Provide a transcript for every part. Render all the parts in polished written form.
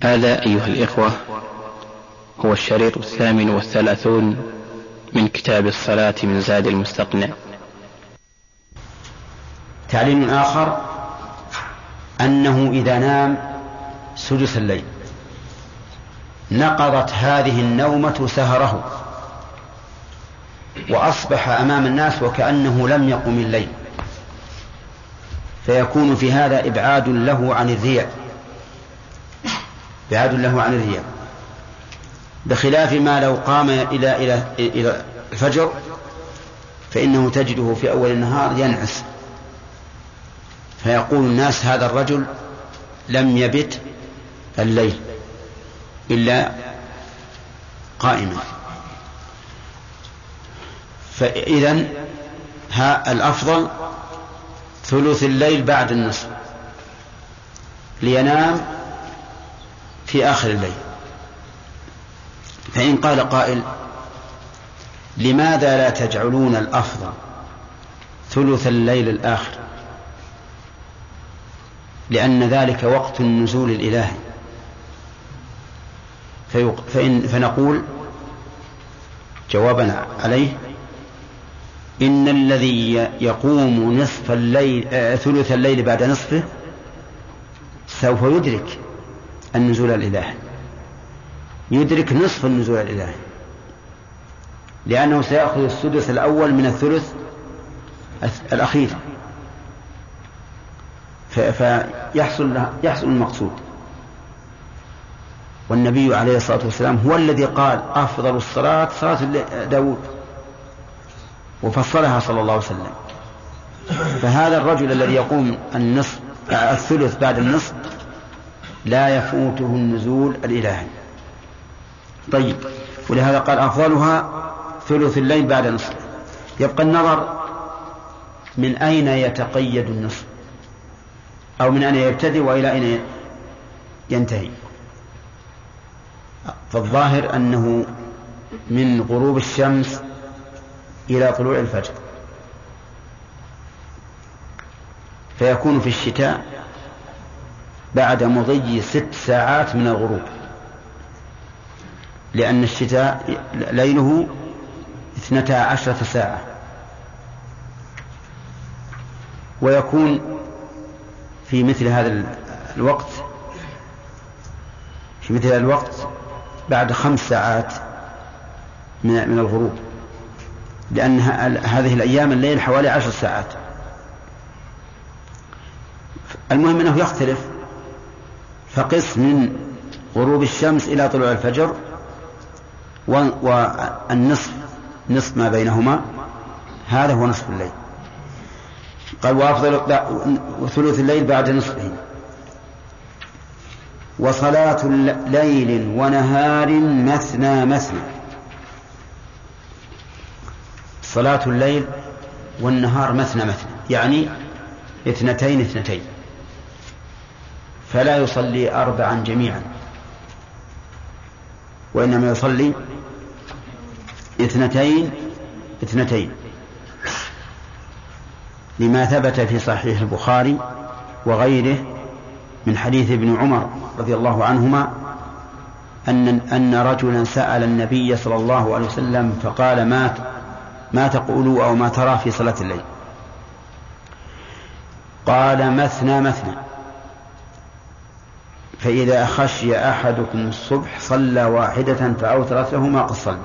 هذا أيها الإخوة هو الشريط 38 من كتاب الصلاة من زاد المستقنع. تعليم آخر أنه إذا نام سدس الليل نقضت هذه النومة سهره وأصبح أمام الناس وكأنه لم يقم الليل، فيكون في هذا إبعاد له عن الرياء، بخلاف ما لو قام إلى الفجر فإنه تجده في أول النهار ينعس، فيقول الناس هذا الرجل لم يبت الليل إلا قائما. فإذن الأفضل ثلث الليل بعد النصف لينام في آخر الليل. فإن قال قائل لماذا لا تجعلون الأفضل ثلث الليل الآخر؟ لأن ذلك وقت النزول الإلهي. فنقول جوابنا عليه إن الذي يقوم نصف الليل ثلث الليل بعد نصفه سوف يدرك النزول الإلهي، يدرك نصف النزول الإلهي، لأنه سيأخذ السدس الأول من الثلث الأخير، فيحصل المقصود. والنبي عليه الصلاة والسلام هو الذي قال أفضل الصلاة صلاة داود، وفصلها صلى الله عليه وسلم. فهذا الرجل الذي يقوم الثلث بعد النصف لا يفوته النزول الإلهي. طيب، ولهذا قال أفضلها ثلث الليل بعد نصف. يبقى النظر من أين يتقيد النصف، أو من أين يبتدئ وإلى أين ينتهي. فالظاهر أنه من غروب الشمس إلى طلوع الفجر، فيكون في الشتاء بعد مضي 6 ساعات من الغروب، لأن الشتاء ليله 12 ساعة. ويكون في مثل هذا الوقت بعد 5 ساعات من الغروب، لأن هذه الأيام الليل حوالي 10 ساعات. المهم أنه يختلف، فقس من غروب الشمس إلى طلوع الفجر، والنصف نصف ما بينهما، هذا هو نصف الليل. قال وأفضل ثلث الليل بعد نصفه. وصلاة ليل ونهار مثنى مثنى. صلاة الليل والنهار مثنى مثنى، يعني 2 فلا يصلي 4 جميعا، وإنما يصلي 2 لما ثبت في صحيح البخاري وغيره من حديث ابن عمر رضي الله عنهما أن رجلا سأل النبي صلى الله عليه وسلم فقال ما تقول أو ما ترى في صلاة الليل؟ قال مثنى مثنى، فإذا خشي أحدكم الصبح صلى 1 فأوترت له ما قد صلى.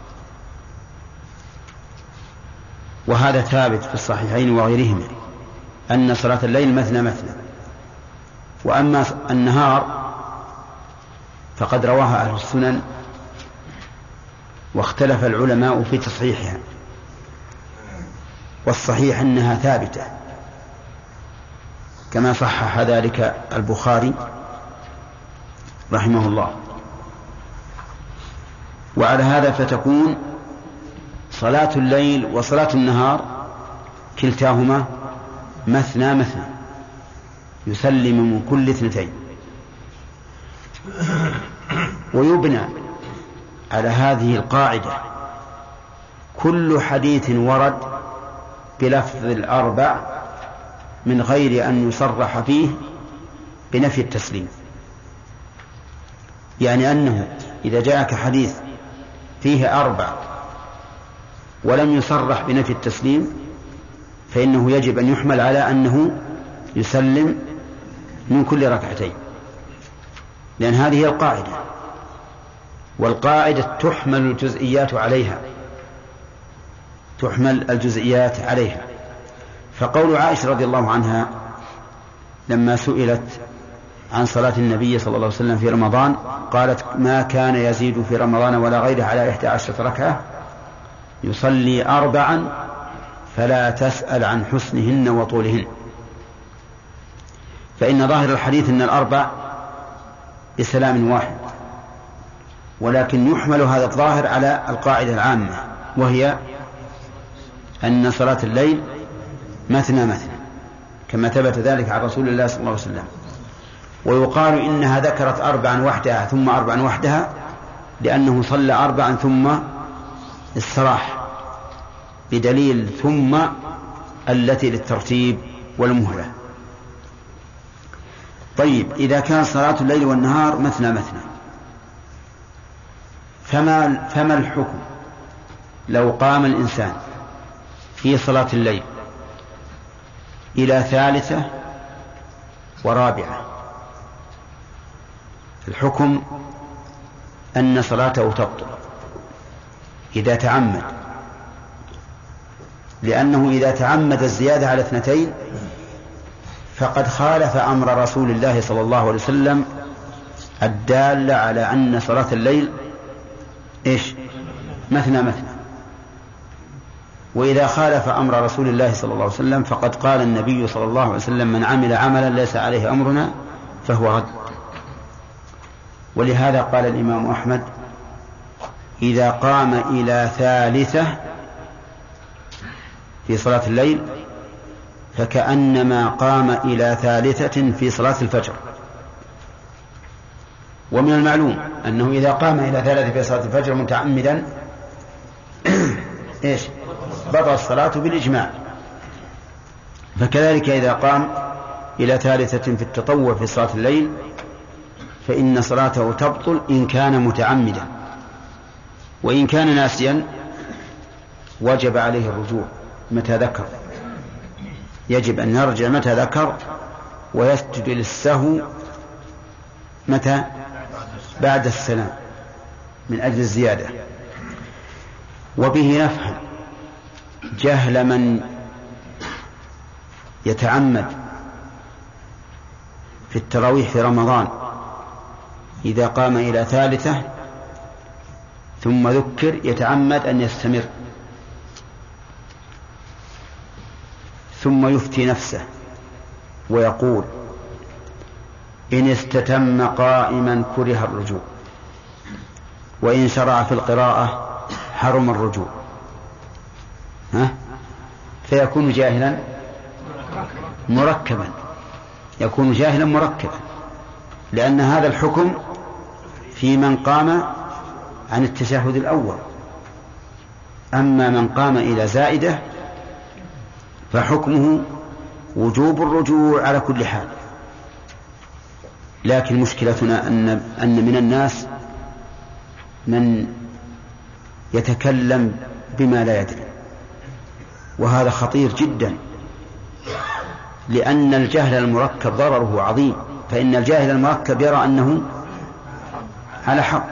وهذا ثابت في الصحيحين وغيرهما أن صلاة الليل مثنى مثنى. وأما النهار فقد رواها أهل السنن، واختلف العلماء في تصحيحها، والصحيح أنها ثابتة كما صحح ذلك البخاري رحمه الله. وعلى هذا فتكون صلاة الليل وصلاة النهار كلتاهما مثنى مثنى، يسلم من كل 2. ويبنى على هذه القاعدة كل حديث ورد بلفظ 4 من غير أن يصرح فيه بنفي التسليم. يعني أنه إذا جاءك حديث فيه 4 ولم يصرح بنفي التسليم فإنه يجب أن يحمل على أنه يسلم من كل ركعتين، لأن هذه هي القاعدة، والقاعدة تحمل الجزئيات عليها. فقول عائشة رضي الله عنها لما سئلت عن صلاة النبي صلى الله عليه وسلم في رمضان قالت: ما كان يزيد في رمضان ولا غيره على 11 ركعة، يصلي 4 فلا تسأل عن حسنهن وطولهن. فإن ظاهر الحديث أن 4 بسلام واحد، ولكن يحمل هذا الظاهر على القاعدة العامة، وهي أن صلاة الليل مثنى كما ثبت ذلك عن رسول الله صلى الله عليه وسلم. ويقال إنها ذكرت 4 وحدها ثم 4 وحدها لأنه صلى 4 ثم استراح، بدليل ثم التي للترتيب والمهلة. طيب، إذا كان صلاة الليل والنهار مثنى فما الحكم لو قام الإنسان في صلاة الليل إلى 3 ورابعة؟ الحكم أن صلاته تبطل إذا تعمد، لأنه إذا تعمد الزيادة على 2 فقد خالف أمر رسول الله صلى الله عليه وسلم الدال على أن صلاة الليل مثنى. وإذا خالف أمر رسول الله صلى الله عليه وسلم فقد قال النبي صلى الله عليه وسلم: من عمل عملا ليس عليه أمرنا فهو رد. ولهذا قال الإمام أحمد: إذا قام إلى 3 في صلاة الليل فكأنما قام إلى 3 في صلاة الفجر. ومن المعلوم أنه إذا قام إلى 3 في صلاة الفجر متعمدا بطل الصلاة بالإجماع. فكذلك إذا قام إلى 3 في التطوع في صلاة الليل فإن صلاته تبطل إن كان متعمدا، وإن كان ناسيا وجب عليه الرجوع متى ذكر، يجب أن يرجع متى ذكر ويسجد للسهو متى؟ بعد السلام من أجل الزيادة. وبه نفهم جهل من يتعمد في التراويح في رمضان إذا قام إلى 3 ثم ذكر يتعمد أن يستمر ثم يفتي نفسه ويقول: إن استتم قائما كره الرجوع، وإن شرع في القراءة حرم الرجوع، فيكون جاهلا مركبا، لأن هذا الحكم في من قام عن التشهد الأول. أما من قام إلى زائدة فحكمه وجوب الرجوع على كل حال. لكن مشكلتنا أن من الناس من يتكلم بما لا يدري، وهذا خطير جدا، لأن الجهل المركب ضرره عظيم. فإن الجاهل المركب يرى أنه على حق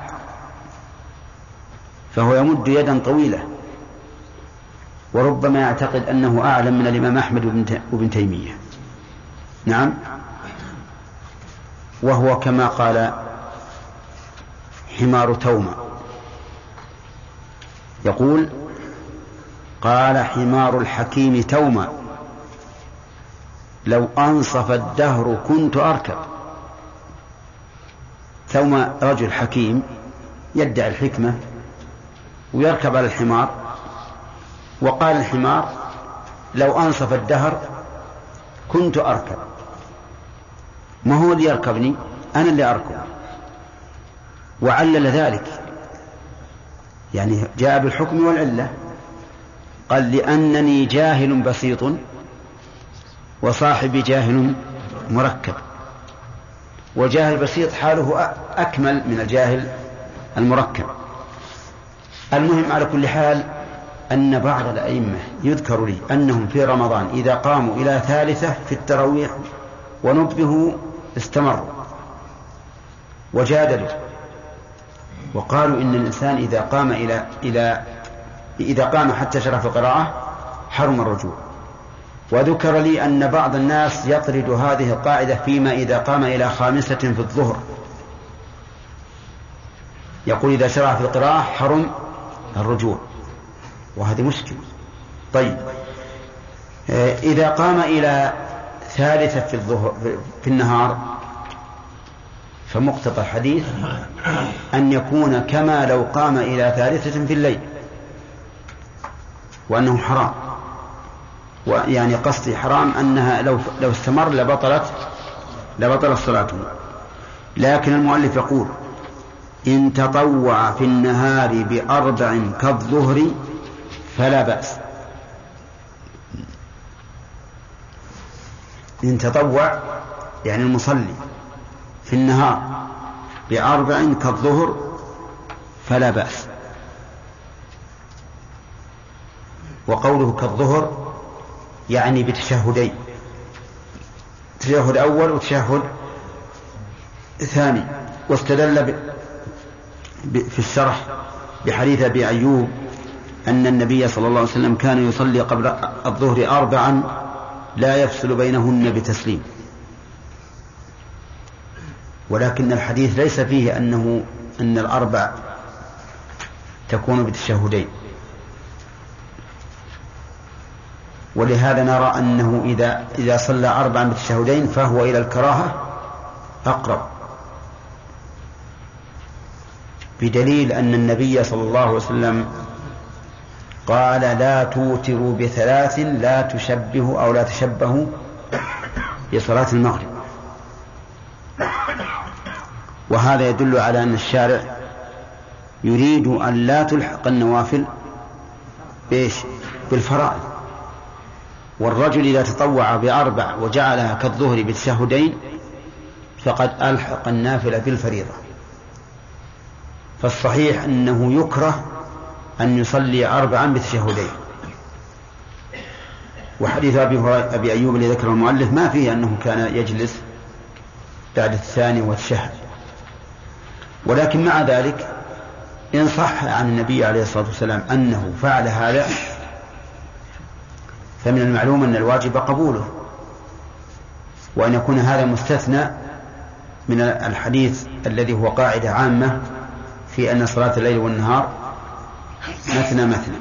فهو يمد يدا طويلة، وربما يعتقد أنه أعلم من الإمام أحمد وابن تيمية. نعم، وهو كما قال حمار توما، يقول: قال حمار الحكيم توما: لو أنصف الدهر كنت أركب. توما رجل حكيم يدعي الحكمة ويركب على الحمار، وقال الحمار: لو أنصف الدهر كنت أركب. ما هو اللي يركبني؟ أنا اللي أركب. وعلل ذلك، يعني جاء بالحكم والعلة، قال: لأنني جاهل بسيط وصاحبي جاهل مركب. والجاهل البسيط حاله أكمل من الجاهل المركب. المهم على كل حال أن بعض الأئمة يذكر لي أنهم في رمضان إذا قاموا إلى ثالثة في التراويح ونبهوا استمروا وجادلوا وقالوا إن الإنسان إذا قام حتى شرف القراءة حرم الرجوع. وذكر لي أن بعض الناس يطرد هذه القاعدة فيما إذا قام إلى خامسة في الظهر، يقول إذا شرع في القراءة حرم الرجوع، وهذه مشكلة. طيب إذا قام إلى ثالثة في الظهر في النهار فمقتضى الحديث أن يكون كما لو قام إلى ثالثة في الليل، وأنه حرام. ويعني قصدي حرام أنها لو استمر لبطلت صلاته. لكن المؤلف يقول إن تطوع في النهار بأربع كالظهر فلا بأس. إن تطوع يعني المصلي في النهار بأربع كالظهر فلا بأس. وقوله كالظهر يعني بتشهدين، تشهد أول وتشهد ثاني. واستدل في الشرح بحديث أبي أيوب أن النبي صلى الله عليه وسلم كان يصلي قبل الظهر 4 لا يفصل بينهن بتسليم. ولكن الحديث ليس فيه أن الأربع تكون بتشهدين، ولهذا نرى أنه إذا صلى 4 بتشهدين فهو إلى الكراهة أقرب، بدليل أن النبي صلى الله عليه وسلم قال لا توتروا ب3 لا تشبهوا أو لا تشبهوا بصلاة المغرب. وهذا يدل على أن الشارع يريد أن لا تلحق النوافل بالفرائض. والرجل إذا تطوع ب4 وجعلها كالظهر بتشهدين فقد ألحق النافلة بالفريضة. فالصحيح أنه يكره أن يصلي 4 بتشهدين. وحديث أبي أيوب الذي ذكره المؤلف ما فيه أنه كان يجلس بعد الثاني والشهد. ولكن مع ذلك إن صح عن النبي عليه الصلاة والسلام أنه فعل هذا فمن المعلوم أن الواجب قبوله، وأن يكون هذا مستثنى من الحديث الذي هو قاعدة عامة في أن صلاة الليل والنهار مثنى مثنى.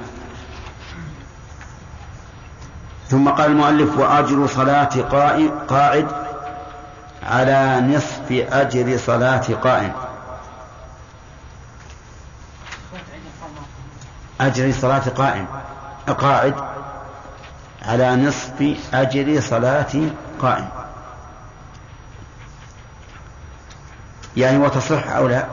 ثم قال المؤلف وأجر صلاة قاعد على نصف أجر صلاة قائم. أجر صلاة قاعد على نصف أجر صلاة قائم، يعني وتصح أو لا؟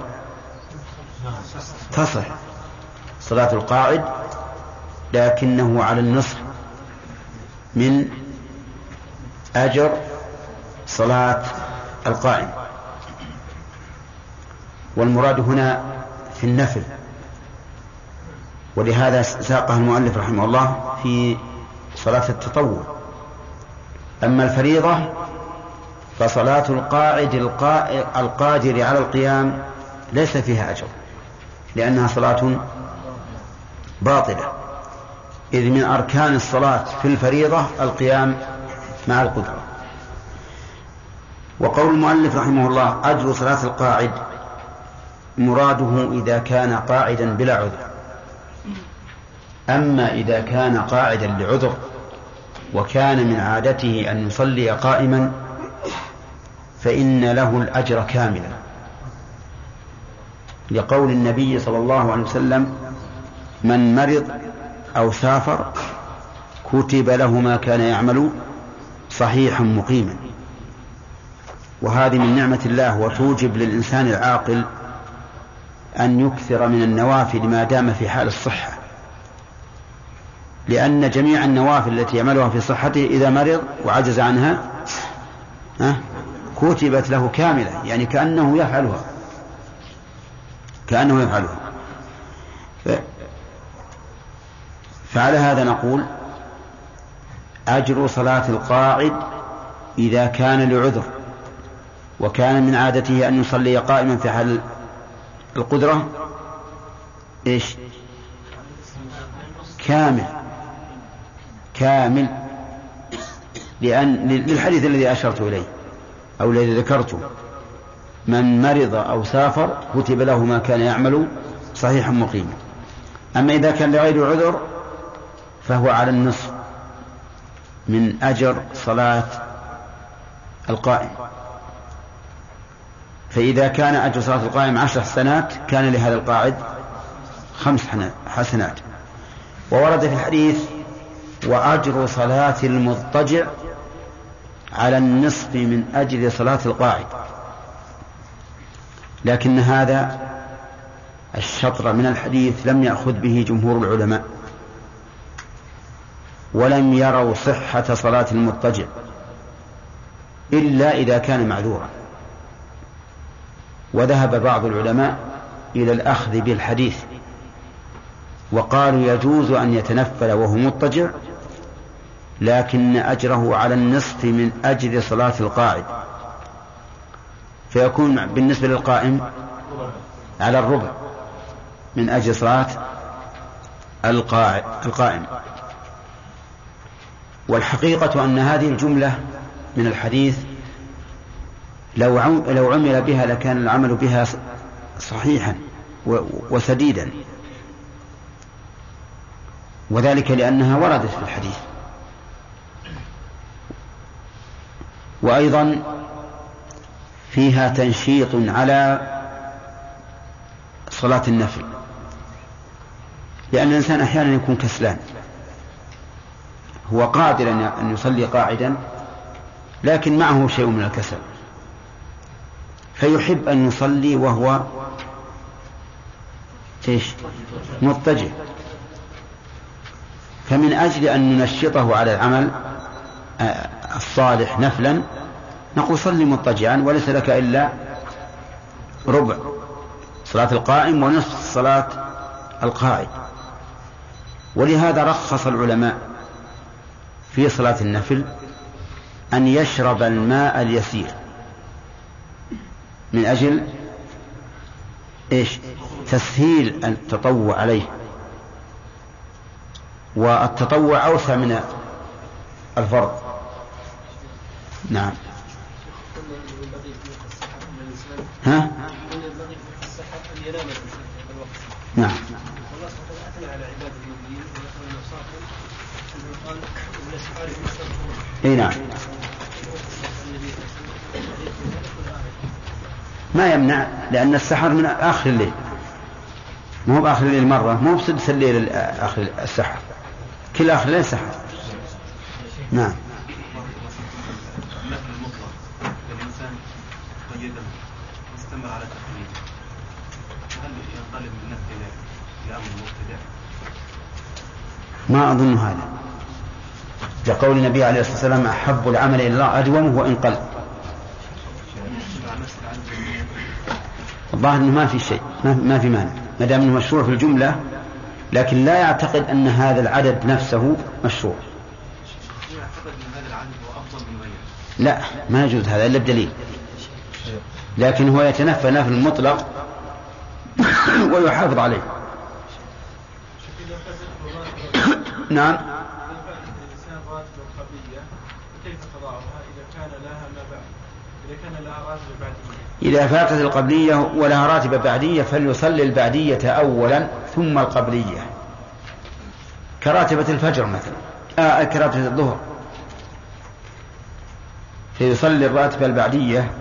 تصح صلاة القاعد، لكنه على النصف من أجر صلاة القائم. والمراد هنا في النفل، ولهذا ساقها المؤلف رحمه الله في صلاة التطوع. أما الفريضة فصلاة القاعد القادر على القيام ليس فيها أجر، لأنها صلاة باطلة، إذ من أركان الصلاة في الفريضة القيام مع القدرة. وقول المؤلف رحمه الله أجر صلاة القاعد مراده إذا كان قاعدا بلا عذر. أما إذا كان قاعدا لعذر وكان من عادته أن يصلي قائما فإن له الأجر كاملا، لقول النبي صلى الله عليه وسلم من مرض أو سافر كتب له ما كان يعمل صحيحا مقيما. وهذه من نعمة الله، وتوجب للإنسان العاقل أن يكثر من النوافل ما دام في حال الصحة، لأن جميع النوافل التي يعملها في صحته إذا مرض وعجز عنها كتبت له كاملة، يعني كأنه يفعلها فعلى هذا نقول أجر صلاة القاعد إذا كان لعذر وكان من عادته أن يصلي قائما في حال القدرة إيش؟ كامل للحديث الذي أشرت إليه أو الذي ذكرته: من مرض أو سافر كتب له ما كان يعمل صحيحا مقيما. أما إذا كان لغير عذر فهو على النصف من أجر صلاة القائم. فإذا كان أجر صلاة القائم 10 حسنات كان لهذا القاعد 5 حسنات. وورد في الحديث: وأجر صلاة المضطجع على النصف من أجل صلاة القاعد. لكن هذا الشطر من الحديث لم يأخذ به جمهور العلماء، ولم يروا صحة صلاة المضطجع إلا إذا كان معذورا. وذهب بعض العلماء إلى الأخذ بالحديث وقالوا يجوز أن يتنفل وهو مضطجع، لكن أجره على النصف من أجل صلاة القاعد، فيكون بالنسبة للقائم على الربع من أجل صلاة القائم. والحقيقة أن هذه الجملة من الحديث لو عمل بها لكان العمل بها صحيحا وسديدا، وذلك لأنها وردت في الحديث. وأيضا فيها تنشيط على صلاة النفل، لأن الإنسان أحيانا يكون كسلان، هو قادر أن يصلي قاعدا لكن معه شيء من الكسل، فيحب أن يصلي وهو مضطجع. فمن أجل أن ننشطه على العمل الصالح نفلا نقول صلي مضطجعا، وليس لك إلا ربع صلاة القائم ونصف صلاة القاعد. ولهذا رخص العلماء في صلاة النفل أن يشرب الماء اليسير من أجل تسهيل التطوع عليه، والتطوع أوسع من الفرض. نعم. ها؟ نعم. اي نعم، ما يمنع، لأن السحر من آخر الليل، مو هو بآخر الليل مرة، مو بسدس الليل آخر السحر، كل آخر الليل سحر. نعم. ما أظن هذا، لقول النبي عليه الصلاة والسلام: أحب العمل إلى الله أدومه وإن قل. الظاهر أنه ما في شيء، ما في مانع، ما دام أنه مشروع في الجملة، لكن لا يعتقد أن هذا العدد نفسه مشروع. لا، ما يجوز هذا إلا بدليل، لكن هو يتنفى نفل المطلق ويحافظ عليه. نعم. إذا فاتت القبلية ولها راتبة بعدية فليصلي البعدية أولا ثم القبلية، كراتبة الفجر مثلا، كراتبة الظهر، فيصلي الراتبة البعدية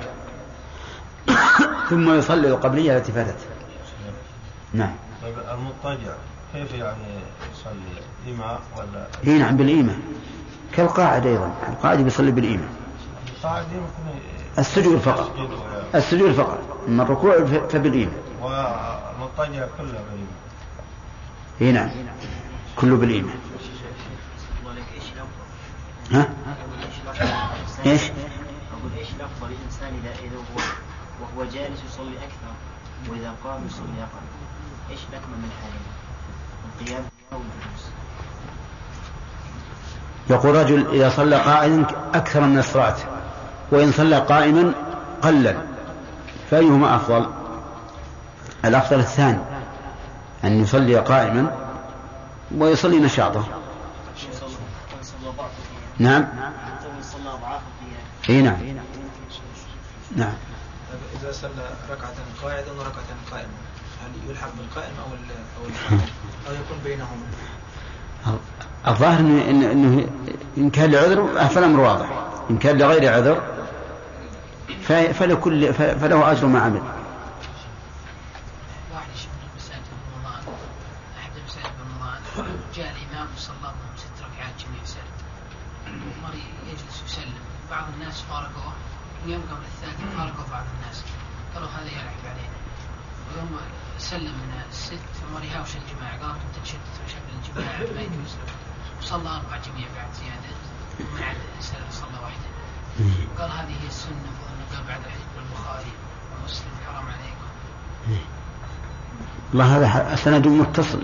ثم يصلي القبلية التي فاتت. نعم. المضطجع كيف يعني يصلي؟ إيماء ولا؟ هي نعم بالإيماء كالقاعد أيضا، القاعد يصلي بالإيماء. السجود فقط، السجود فقط، من الركوع فبالإيماء. والمضطجع كله بالإيماء. هي نعم كله بالإيماء. ها؟ إيش؟ الأفضل للإنسان إذا وهو جالس يصلي أكثر وإذا قام يصلي أقل؟ إيش الأكمل من الحالين؟ القيام أو الجلوس؟ يقول رجل إذا صلى قائما أكثر من الصلاة وإن صلى قائما قلل، فأيهما أفضل؟ الأفضل الثاني، أن يصلي قائما ويصلي نشاطه. نعم. اي نعم. نعم. إذا صلى ركعة قاعدا وركعة قائما هل يلحق بالقائم أو يكون بينهما؟ الظاهر إنه إن كان لعذر فالأمر واضح، إن كان لغير عذر فله أجر ما عمل. واحد يشوف المساجد رمضان، أحد المساجد رمضان جاء الإمام وصلى لهم 6 ركعات جميع سرد، ومر يجلس يسلم، بعض الناس فارقوه، ويوم قبل الثالث فارقوا بعض الناس، قالوا هذا يلعب علينا، ويوم سلم من 6 ومر يهاوش الجماعة، قالوا أنت تشتت وشكل الجماعة ما يجوز له، وصلى 4 جميع بعد زيادة، ومن عاد صلى واحدة، قال هذه هي السنة، وأنه بعد الحديث بالبخاري ومسلم حرام عليكم. الله هذا سند متصل.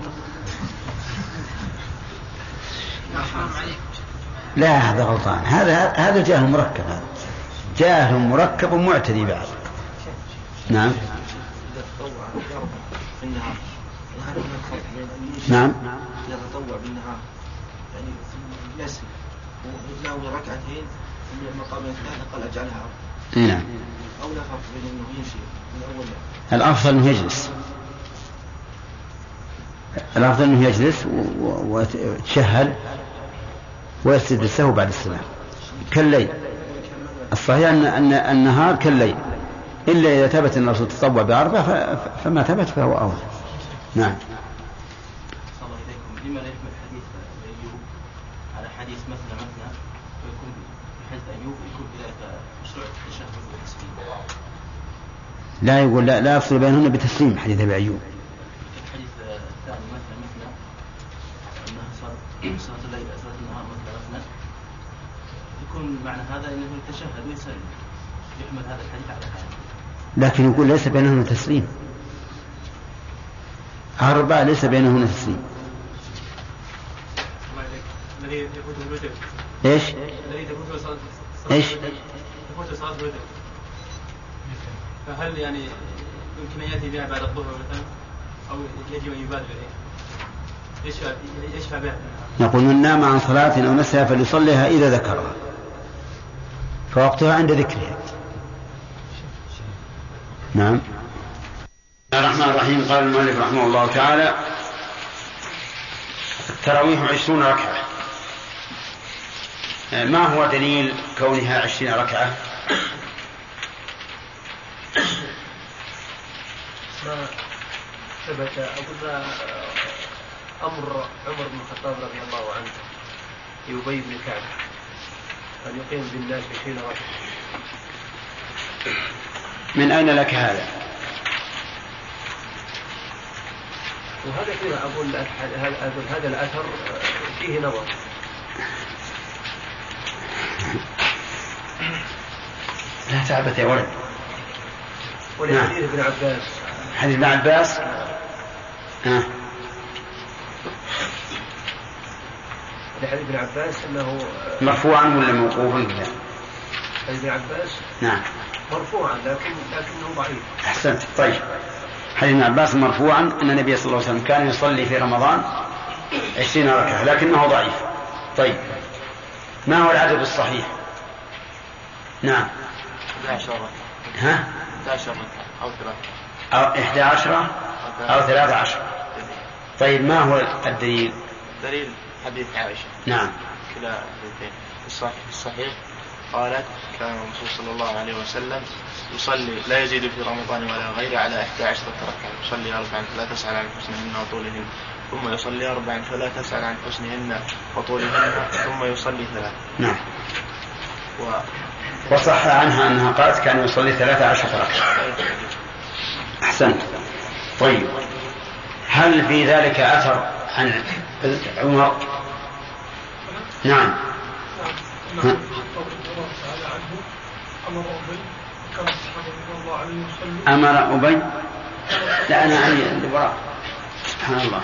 لا هذا غلطان، هذا جاهل مركب، هذا جاهل مركب ومعتدي بعد. نعم. نعم. يتطوع بالنهار يعني يسري وله ركعتين من المقام الثاني قال أجعلها نعم. أو لا فرق بين أنه يمشي من أول. الأفضل أنه يجلس، الأفضل أنه يجلس ويتشهد ويسجد السهو بعد السلام كالليل. الصحيح أن النهار كالليل، إلا إذا ثبت أن الرسول تطوع ب4 فما ثبت فهو أولى. نعم. الله إليكم، لما لا يكمل حديث أيوب على حديث مثنى ويكون حديث أيوب يكون بذلك مشروع التشهد والتسليم؟ لا يقول لا يفصل بينهن بتسليم حديث أبي أيوب. الحديث الثاني مثنى أنها صلاة الليل صلاة النهار مثنى يكون معنى هذا أنه يتشهد ويسلم، يحمل هذا الحديث على هذا. لكن يقول ليس بينهن تسليم، 4 ليس بينهن تسليم. الذي يفوت الوتر. ايش؟ الذي تفوت صلاة ايش؟ تفوت صلاة الوتر، فهل يعني يمكن أن يأتي بها بعد الظهر مثلا أو يجب أن يبادر إليها؟ يشفع بها. نقول من نام عن صلاة أو نسيها فليصليها إذا ذكرها، فوقتها عند ذكرها. نعم. الرحمن الرحيم. قال المؤلف رحمه الله تعالى: التراويح 20 ركعة. ما هو دليل كونها 20 ركعة؟ ما ثبت أقول أمر عمر بن الخطاب رضي الله عنه لأبي بن كعب أن يقيم بالناس 20 ركعة. من أين لك هذا؟ وهذا كذا أقول هذا الأثر فيه نظر. لا تعبت يا ولد. ولحديث ابن عباس. حديث ابن عباس. لحديث ابن عباس أنه مرفوعا ولا موقوفا؟ حديث ابن عباس نعم مرفوعا لكنه ضعيف. أحسنت. طيب حديث ابن عباس مرفوعا أن النبي صلى الله عليه وسلم كان يصلي في رمضان 20 ركعة لكنه ضعيف. طيب ما هو العدد الصحيح؟ نعم 11 ركعة. ها 11 ركعة أو 3 أو 11 أو 13. طيب ما هو الدليل؟ دليل حديث عائشة. نعم كلا حديثين. الصحيح قالت كان الرسول صلى الله عليه وسلم يصلي لا يزيد في رمضان ولا غيره على 11 ركعة، يصلي 4 فلا تسأل عن حسنهن وطولهن، ثم يصلي 4 فلا تسأل عن حسنهن وطولهن، ثم يصلي 3. نعم. وصح عنها أنها قالت كان يصلي 13 ركعة. أحسنت. طيب هل في ذلك أثر عن عمر؟ نعم. أمر أبي لا أنا عني الوراء سبحان الله.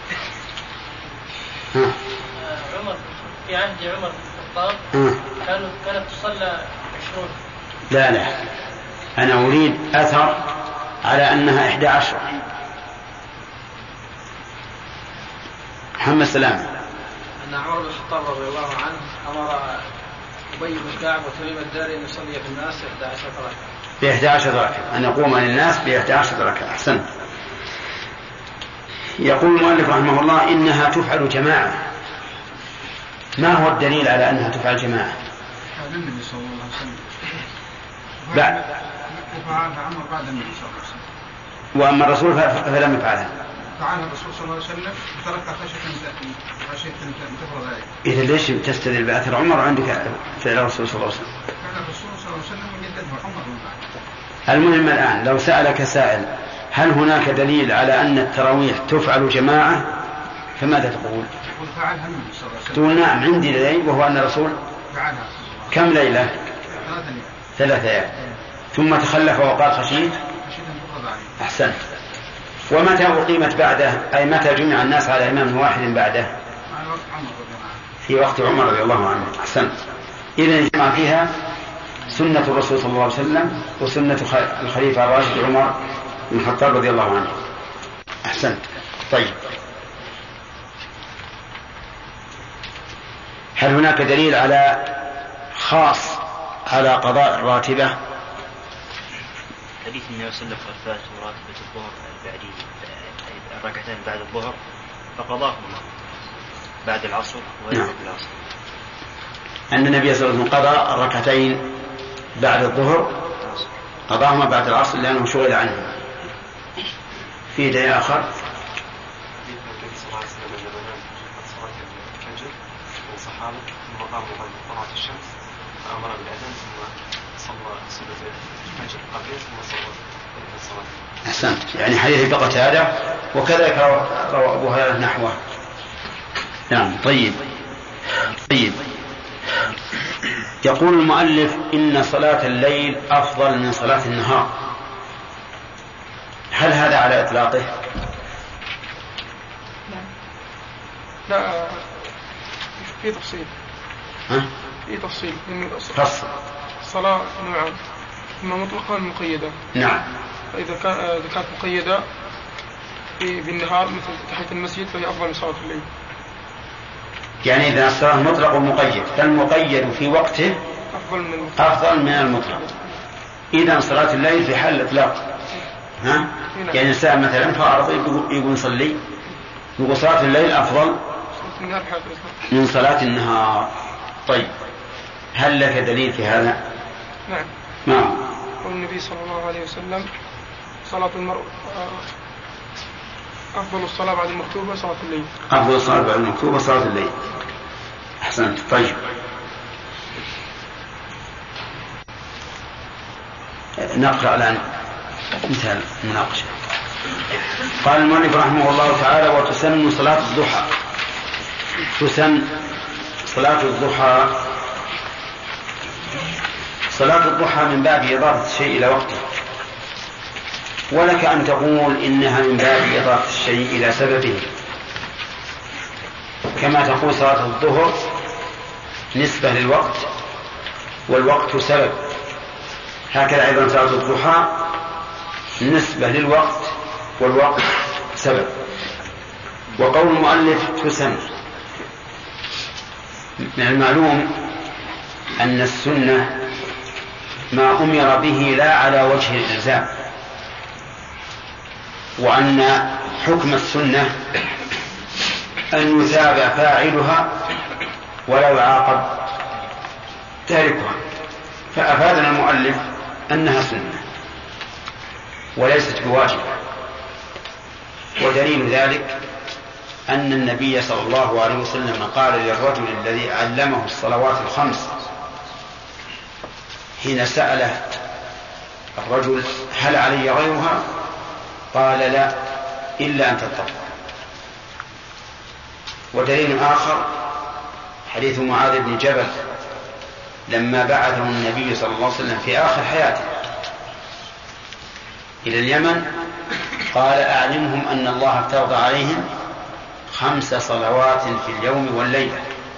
عمر في عهد عمر بن الخطاب كانت تصلى 20. لا أنا أريد أثر على أنها 11. محمد سلام. أن عمر بن الخطاب رضي الله عنه أمر أبي بن كعب وتميم الداري أن يصلي في الناس 11 ركعة. ب11 ركعة أن يقوم للناس ب11 ركعة. أحسنت. يقول المؤلف رحمه الله إنها تفعل جماعة. ما هو الدليل على أنها تفعل جماعة؟ النبي صلى الله عليه وسلم بعد عمر بعد النبي صلى الله عليه وسلم. وأما الرسول فلم يفعلها. فعلها الرسول صلى الله عليه وسلم ترك خشية أن تفرض ذلك. إذا ليش تستدل بأثر عمر عندك فعل الرسول صلى الله عليه وسلم؟ فعل الرسول صلى الله عليه وسلم وجدته عمر من بعد. المهم الآن لو سألك سائل هل هناك دليل على أن التراويح تفعل جماعة فماذا تقول؟ فعلها النبي صلى الله عليه وسلم. تقول نعم عندي دليل وهو أن الرسول فعلها. كم ليلة؟ 3 أيام. ثم تخلف وقال خشيت. أحسنت. ومتى أقيمت بعده أي متى جمع الناس على إمام واحد بعده؟ في وقت عمر رضي الله عنه. أحسنت. إذن جمع فيها سنة الرسول صلى الله عليه وسلم وسنة الخليفة الراشد عمر بن الخطاب رضي الله عنه. أحسنت. طيب هل هناك دليل على خاص على قضاء الراتبة؟ حديث النبي صلى الله عليه وسلم فات راتبة الظهر الركعتين بعد الظهر فقضاهما بعد العصر ويجب العصر. أن النبي صلى الله عليه وسلم قضى الركعتين بعد الظهر قضاهما بعد العصر لأنه شغل عنه. في دليل آخر أحسنت. يعني حديث بقتادة وكذلك روى أبو هريرة نحوه. نعم. طيب يقول المؤلف إن صلاة الليل أفضل من صلاة النهار. هل هذا على إطلاقه؟ لا في تفصيل. في تفصيل. فصل. الصلاة نوعان إما مطلقة مقيدة. نعم. فإذا كانت مقيدة بالنهار مثل تحية المسجد فهي أفضل من صلاة الليل. يعني إذا الصلاة مطلق ومقيد فالمقيد في وقته أفضل من المطلق. إذا صلاة الليل في حال الإطلاق. يعني إنسان مثلا فارض يقول صلي يقول صلاة الليل أفضل من صلاة النهار. طيب هل لك دليل في هذا؟ نعم. ما هو؟ قول النبي صلى الله عليه وسلم صلاة المرء أفضل الصلاة بعد المكتوبة صلاة الليل. أفضل الصلاة بعد المكتوبة صلاة الليل. أحسنت. طيب نقرأ الآن مثال المناقشة. قال المؤلف رحمه الله تعالى وتسن صلاة الضحى. تسن صلاة الضحى. صلاة الضحى من باب إضافة الشيء إلى وقته، ولك أن تقول إنها من باب إضافة الشيء إلى سببه، كما تقول صلاة الظهر نسبة للوقت والوقت سبب، هكذا أيضا صلاة الضحى نسبة للوقت والوقت سبب. وقول المؤلف تسن، من المعلوم أن السنة ما أمر به لا على وجه الإلزام، وأن حكم السنة أن يثاب فاعلها ولا يعاقب تاركها، فأفادنا المؤلف أنها سنة وليست بواجبة. ودليل ذلك أن النبي صلى الله عليه وسلم قال للرجل الذي علمه الصلوات الخمس حين سأله الرجل هل علي غيرها؟ قال لا إلا أن تتقوا. ودليل آخر حديث معاذ بن جبل لما بعثه النبي صلى الله عليه وسلم في آخر حياته إلى اليمن قال أعلمهم أن الله افترض عليهم 5 صلوات في اليوم والليلة،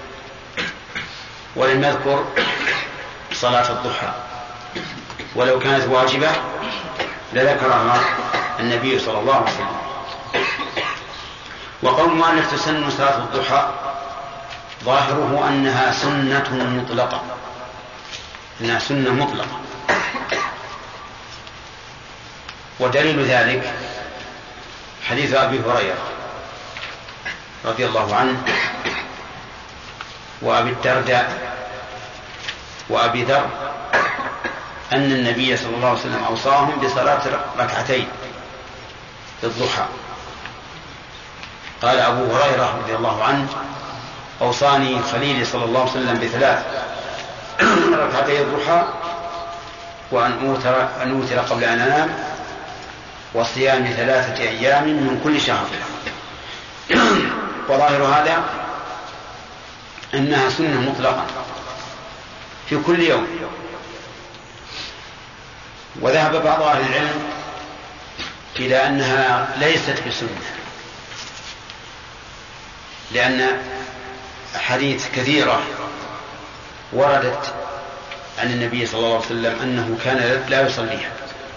ولم يذكر صلاة الضحى، ولو كانت واجبة لذكرها النبي صلى الله عليه وسلم. وقول المؤلف تسن صلاة الضحى ظاهره أنها سنة مطلقة، إنها سنة مطلقة. ودليل ذلك حديث أبي هريرة رضي الله عنه وأبي الدرداء وأبي ذر أن النبي صلى الله عليه وسلم أوصاهم بصلاة 2 الضحى. قال أبو هريرة رضي الله عنه أوصاني خليلي صلى الله عليه وسلم ب3 ركعتي الضحى، وأن أوتر قبل أن أنام، وصيام 3 أيام من كل شهر. وظاهر هذا أنها سنة مطلقة في كل يوم. وذهب بعض أهل العلم إلى أنها ليست بسنة، لأن أحاديث كثيرة وردت عن النبي صلى الله عليه وسلم أنه كان لا يصليها.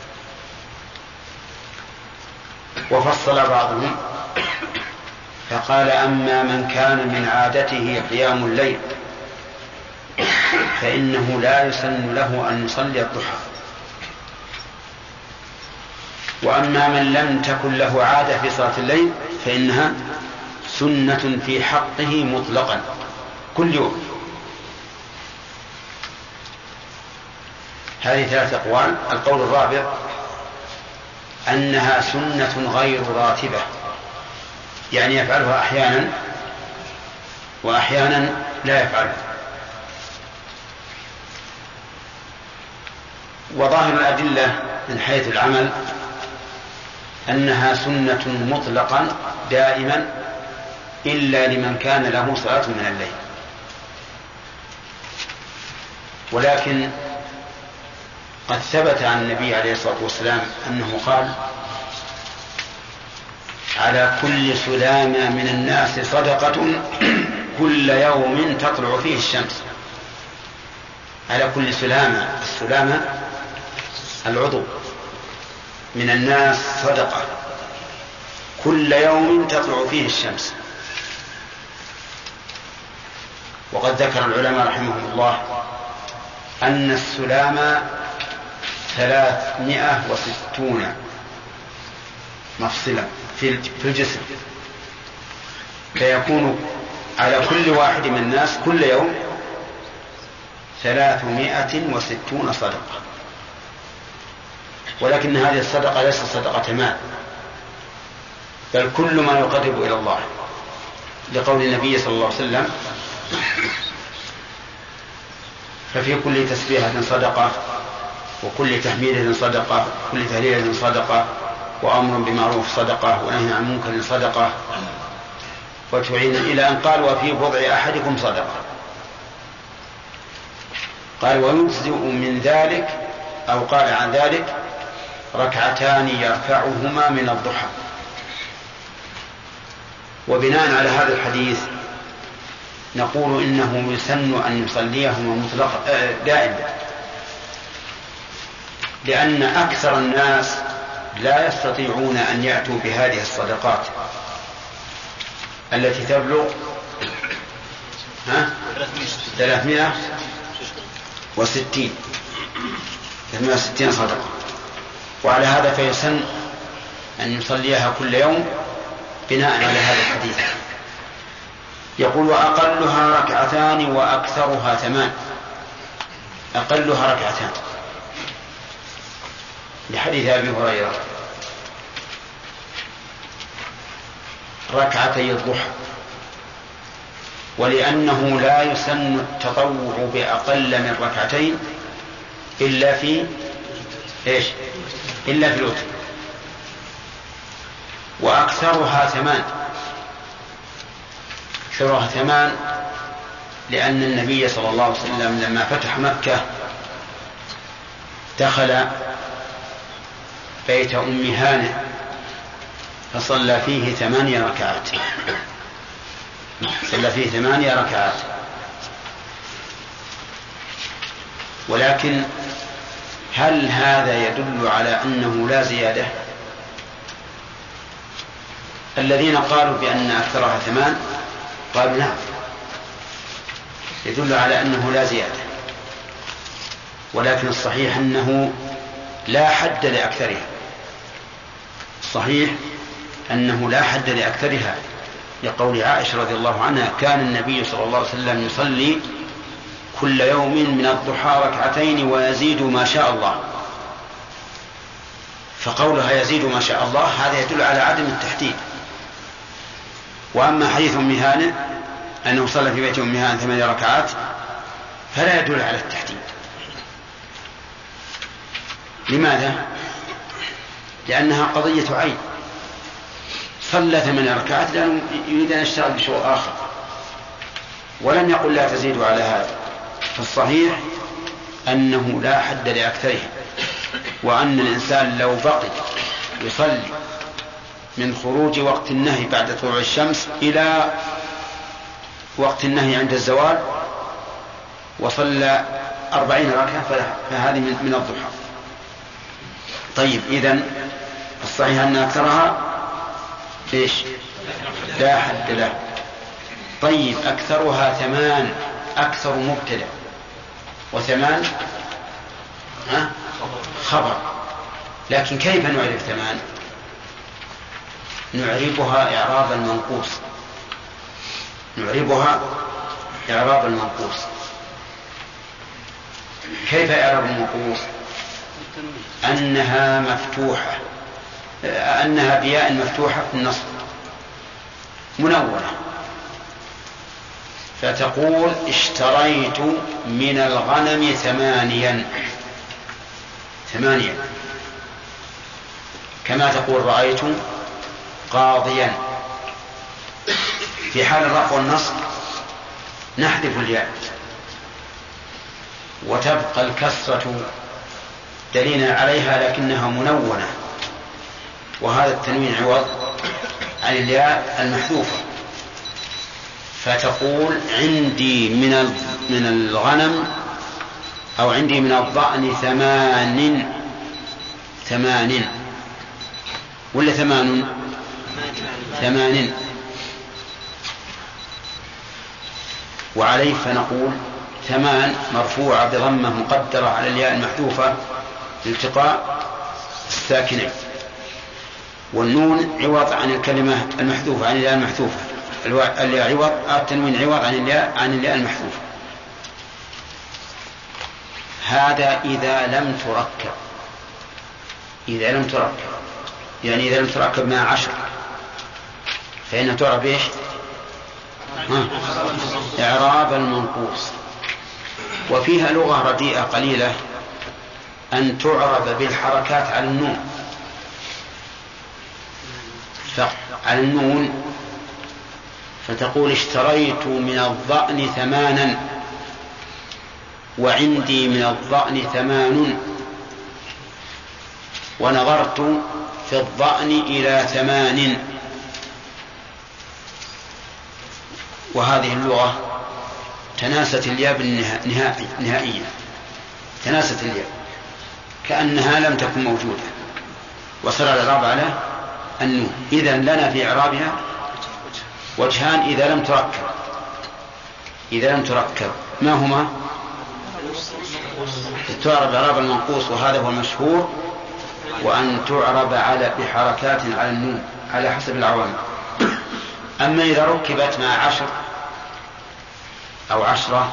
وفصل بعضهم فقال أما من كان من عادته قيام الليل فإنه لا يسن له أن يصلي الضحى، وأما من لم تكن له عادة في صلاة الليل فإنها سنة في حقه مطلقا كل يوم. هذه 3 أقوال. القول الرابع أنها سنة غير راتبة، يعني يفعلها أحيانا وأحيانا لا يفعلها. وظاهر الأدلة من حيث العمل أنها سنة مطلقا دائما إلا لمن كان له صلاة من الليل. ولكن قد ثبت عن النبي عليه الصلاة والسلام أنه قال على كل سلامة من الناس صدقة كل يوم تطلع فيه الشمس. على كل سلامة، السلامة العضو، من الناس صدقة كل يوم تطلع فيه الشمس. وقد ذكر العلماء رحمهم الله أن السلامة 360 مفصلا في الجسم، فيكون على كل واحد من الناس كل يوم 360 صدقة. ولكن هذه الصدقة ليست صدقة مال، بل كل ما يقرب إلى الله، لقول النبي صلى الله عليه وسلم ففي كل تسبيحة صدقة، وكل تحميدة صدقة، وكل تهليلة صدقة، وأمر بمعروف صدقة، ونهي عن منكر صدقة، وتعين إلى أن قال وفي بضع أحدكم صدقة. قال ويجزئ من ذلك أو قال عن ذلك 2 يرفعهما من الضحى. وبناء على هذا الحديث نقول إنه يسن أن يصليهما مطلقا دائما، لأن أكثر الناس لا يستطيعون أن يأتوا بهذه الصدقات التي تبلغ 360 صدقة. وعلى هذا فيسن أن يصليها كل يوم بناء على هذا الحديث. يقول وأقلها 2 وأكثرها 8. أقلها 2 لحديث أبي هريرة 2 الضحى، ولأنه لا يسن التطوع بأقل من 2 إلا في إلا في الوتر. وأكثرها 8، أكثرها 8 لأن النبي صلى الله عليه وسلم لما فتح مكة دخل بيت أم هانئ فصلى فيه 8 ركعات، صلى فيه 8 ركعات. ولكن هل هذا يدل على أنه لا زيادة؟ الذين قالوا بأن أكثرها 8 قالوا نعم، يدل على أنه لا زيادة، ولكن الصحيح أنه لا حد لأكثرها، الصحيح أنه لا حد لأكثرها، لقول عائشة رضي الله عنها: كان النبي صلى الله عليه وسلم يصلي كل يوم من الضحى 2 ويزيد ما شاء الله. فقولها يزيد ما شاء الله هذا يدل على عدم التحديد. وأما حديث أم هانئ أنه صلى في بيت أم هانئ 8 ركعات فلا يدل على التحديد. لماذا؟ لأنها قضية عين، صلى 8 ركعات لأنه يريد أن يشتغل بشيء آخر، ولم يقل لا تزيد على هذا. فالصحيح أنه لا حد لأكثرها، وأن الإنسان لو بقي يصلي من خروج وقت النهي بعد طلوع الشمس إلى وقت النهي عند الزوال وصلى 40 ركعة فهذه من الضحى. طيب، إذن الصحيح أن أكثرها إيش؟ لا حد له. طيب، أكثرها 8 أكثر مبتدأ، و8 خبر. لكن كيف نعرف 8؟ نعربها إعراب المنقوص، نعربها إعراب المنقوص. كيف إعراب المنقوص؟ أنها مفتوحة، أنها بياء مفتوحة في النصب منونة، فتقول: اشتريت من الغنم 8، كما تقول: رأيت قاضيا. في حال الرفع والنصب نحذف الياء وتبقى الكسرة دليلا عليها لكنها منونة، وهذا التنوين عوض عن الياء المحذوفة. فتقول: عندي من الغنم أو عندي من الضأن 8 ولا 8 وعليه فنقول 8 مرفوعة بضمة مقدرة على الياء المحذوفة لالتقاء الساكنين، والنون عوض عن الكلمة المحذوفة، عن الياء المحذوفة، الياء عوض، التنوين عوض عن الياء المحذوفة. هذا إذا لم تركب، يعني إذا لم تركب مع 10 فإنها تعرب إيش؟ إعراب المنقوص. وفيها لغة رديئة قليلة أن تعرب بالحركات على النون، على النون، فتقول: اشتريت من الضأن 8 وعندي من الضأن 8 ونظرت في الضأن إلى 8. وهذه اللغة تناست الياء نهائيا، تناست الياء كأنها لم تكن موجودة، وصار الإعراب على النون. إذن لنا في إعرابها وجهان إذا لم تركب. ما هما؟ تعرب إعراب المنقوص وهذا هو المشهور، وأن تعرب بحركات على النون على حسب العوامل. أما إذا ركبت مع 10 أو 10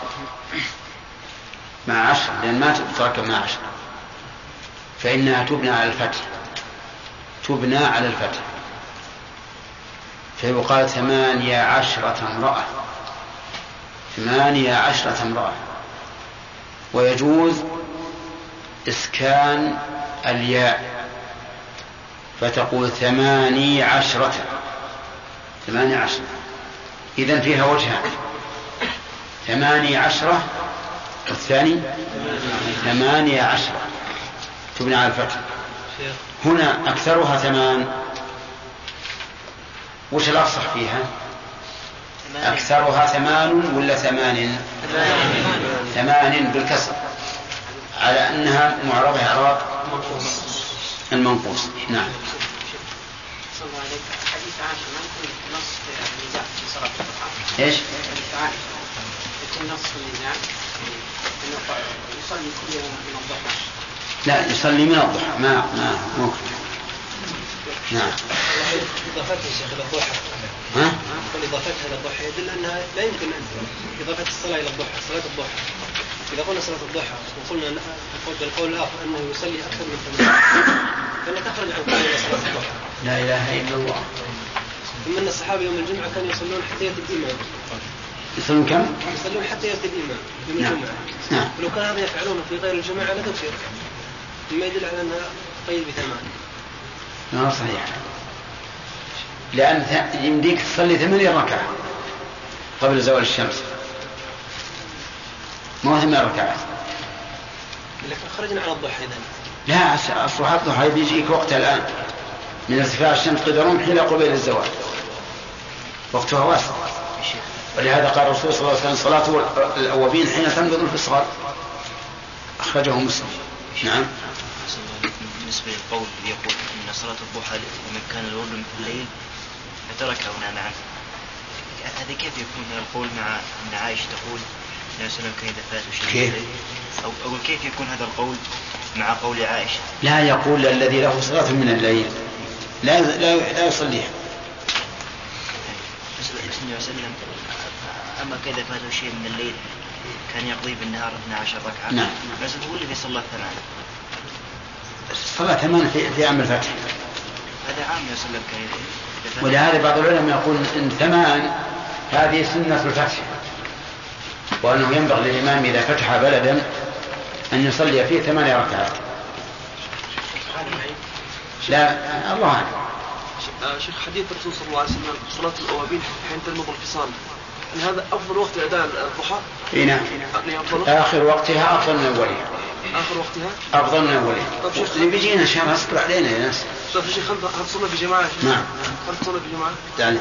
مع 10، لأن ما تتركب مع 10، فإنها تبنى على الفتح، فيقال 18 امرأة. ويجوز إسكان الياء فتقول 18. إذن فيها وجهان: 18 والثاني 18 تبنى على الفتح. هنا أكثرها 8. وش الأفصح فيها؟ أكثرها 8 ولا 8؟ 8 بالكسر، على أنها معربة إعراب المنقوص. نعم. حديث عائشة ما يكون نص النزاع في صلاة الضحى. إيش؟ حديث عائشة يكون نص النزاع إنه يصلي كل يوم من الضحى. لا، يصلي من الضحى ما ممكن. نعم. إضافتها يا شيخ إلى الضحى. ها؟ إضافتها إلى الضحى يدل أنها لا يمكن أن إضافة الصلاة إلى الضحى، صلاة الضحى. إذا قلنا صلاة الضحى وقلنا القول الآخر أنه يصلي أكثر من 8 فإن تخرج عن قول صلاة الضحى. لا إله إلا الله. ثم أن الصحابة يوم الجمعة كانوا يصلون حتى يأتي الإمام. يصلون كم؟ يصلون حتى يأتي الإمام يوم الجمعة. نعم. ولو كان هذا يفعلونه في غير الجماعة لذكر، مما يدل على أنها قيد ب8. ما صحيح، لأن يمديك تصلي 8 ركعات قبل زوال الشمس، ما هو 8 ركعات. لكن خرجنا على الضحى إذن. لا، أصل الضحى بيجيك وقت الآن من ارتفاع الشمس قدر رمح إلى قبيل الزوال، وقتها واسع. ولهذا قال الرسول صلى الله عليه وسلم: صلاة الأوابين حين تنقض الفصال، أخرجه مسلم. نعم. بالنسبة للقول يقول إن صلاة الضحى لمن كان الورد من الليل فتركه ونام عنه، هذا كيف يكون القول مع أن عائشة تقول لا سلام كان إذا فات شيء أو كيف يكون هذا القول مع قول عائشة؟ لا، يقول الذي له صلاة من الليل لا يصليها. النبي صلى الله عليه وسلم أما كذا فاته شيء من الليل كان يقضي بالنهار 12 ركعة. نعم. بس هو اللي صلى 8. صلاة 8 في عام الفتح. هذا عام يا سلم كان. ولهذا بعض العلماء يقول إن 8 هذه سنة الفتح، وأنه ينبغي للإمام إذا فتح بلدا أن يصلي فيه 8 ركعات. لا، الله أعلم. شيخ، حديث الرسول صلى الله عليه وسلم صلاة الأوابين حين تنقض الفصال، أن هذا أفضل وقت أداء الضحى؟ نعم. آخر وقتها أفضل من أولها. آخر وقتها أفضل من أولها. اللي بيجينا إن شاء الله أصبر علينا يا ناس. طيب شيخ، هل تصلي في جماعة؟ نعم. هل تصلي في جماعة؟ يعني.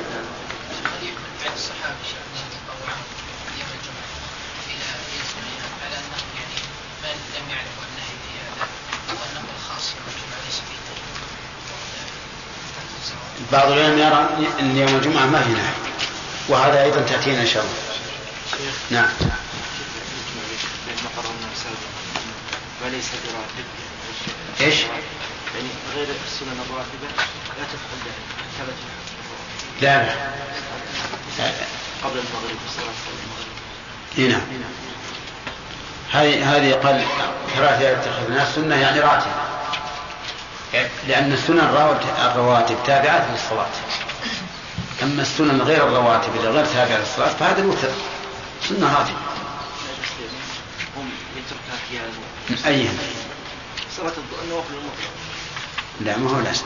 بعض العلماء يرى أن يوم الجمعة ما في نهي، وهذا أيضا تأتينا إن شاء الله. نعم. وليس براتب. إيش؟ يعني غير السنن الراتبة لا تفعل ثبت. لا. قبل المغرب والصلاة المغرب. نعم. هذه قال كراهة يتخذ الناس سنة يعني راتب، لأن السنن الرواتب تابعات للصلاة، أما السنن غير الرواتب إذا غير تابعة للصلاة فهذا الوتر سنة راتب. هم يتركها أحيانا. من أيهم؟ صلاة النوافل المطلقة. لا، ما هو لازم.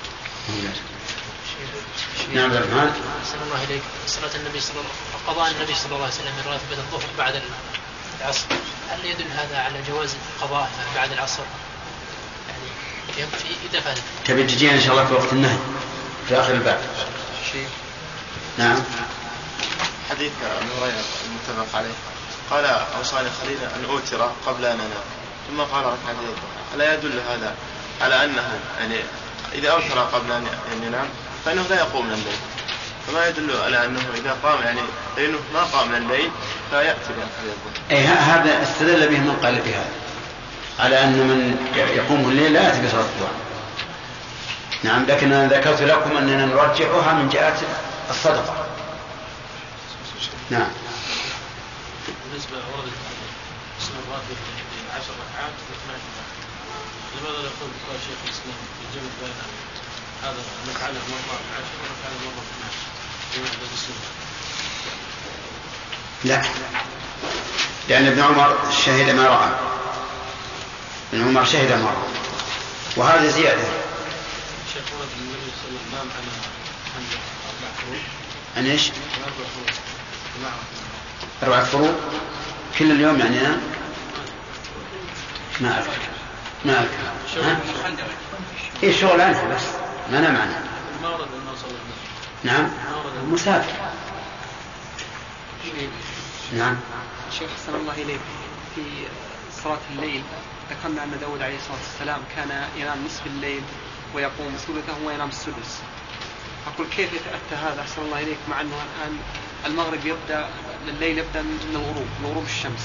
نعم الرحمن. أحسن الله إليك. صلاة النبي صلى الله قضاء النبي صلى الله عليه وسلم من راتبة الظهر بعد العصر، هل يدل هذا على جواز قضاء بعد العصر؟ يعني إذا فاتت. تبي تجينا إن شاء الله في وقت النهي في آخر الباب. نعم. حديث أبي هريرة المتفق عليه قال: أوصاني خليل أن أوتر قبل أن أنام، ثم قال ركعتين. ألا يدل هذا على أنه يعني إذا أوتر قبل أن ينام فإنه لا يقوم من الليل، فما يدل على أنه إذا قام يعني لأنه ما قام من الليل فيأتي بأخذ. هذا استدل به من قال بهذا على أن من يقوم الليل لا يأتي بصلاة الضحى. نعم، لكن أنا ذكرت لكم أننا نرجحها من جهة الصدقة. نعم. بالنسبة ورد سنة الراتب 10 ركعات و 12 ركعات، لماذا لا يقول بقول شيخ الإسلام الجمع بين هذا نفعله مرة 10 ونفعله مرة 12 لا، لأن ابن عمر شهد ما رأى. ابن عمر شهد ما رأى، وهذا زيادة. شيخ ورد النبي صلى الله عليه وسلم نام عن 4 فروض. عن إيش؟ 4 فروض كل اليوم يعني ينام؟ ما أذكر إيه شغل عنها بس ما نام عنها. نعم مسافر. نعم. شيخ أحسن الله إليك، في صلاة الليل ذكرنا أن داود عليه الصلاة والسلام كان ينام نصف الليل ويقوم ثلثه وينام السدس. أقول كيف يتأتى هذا أحسن الله إليك مع أنه الآن المغرب يبدأ، الليل يبدأ من الغروب، من غروب الشمس.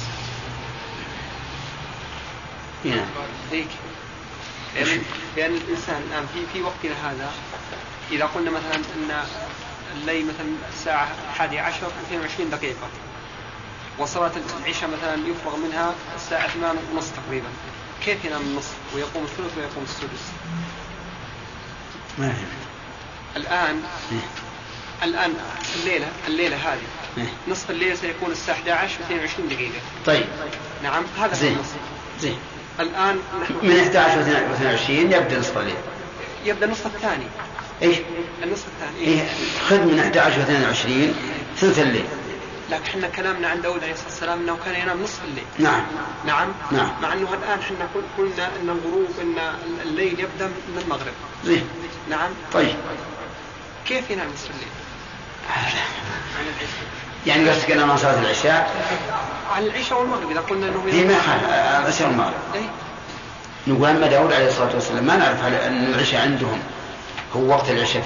هيك لأن الإنسان الآن في وقتنا هذا إذا قلنا مثلا أن الليل مثلا الساعة 11 22 دقيقة، وصلاة العشاء مثلا يفرغ منها الساعة 8:30 تقريبا، كيف ينام النصف ويقوم الثلث ويقوم السدس؟ ما الآن الليلة هذه نصف الليل سيكون الساعة 11 22 دقيقة. طيب نعم هذا زين زين. الآن من 11 22 يبدأ نصف الليل، يبدأ النصف الثاني. إيش النصف الثاني؟ إيه خذ من 11 22 ثلث الليل. لكن احنا كلامنا عن داود عليه الصلاة والسلام انه كان ينام نصف الليل. نعم. مع انه الان احنا قلنا ان الغروب ان الليل يبدا من المغرب. زين. نعم. طيب كيف ينام نصف الليل؟ يعني قصدك انه ما صلاه العشاء؟ على العشاء والمغرب اذا قلنا انه هي ما حال العشاء والمغرب. نقول اما داود عليه الصلاة والسلام ما نعرف ان العشاء عندهم هو وقت العشاء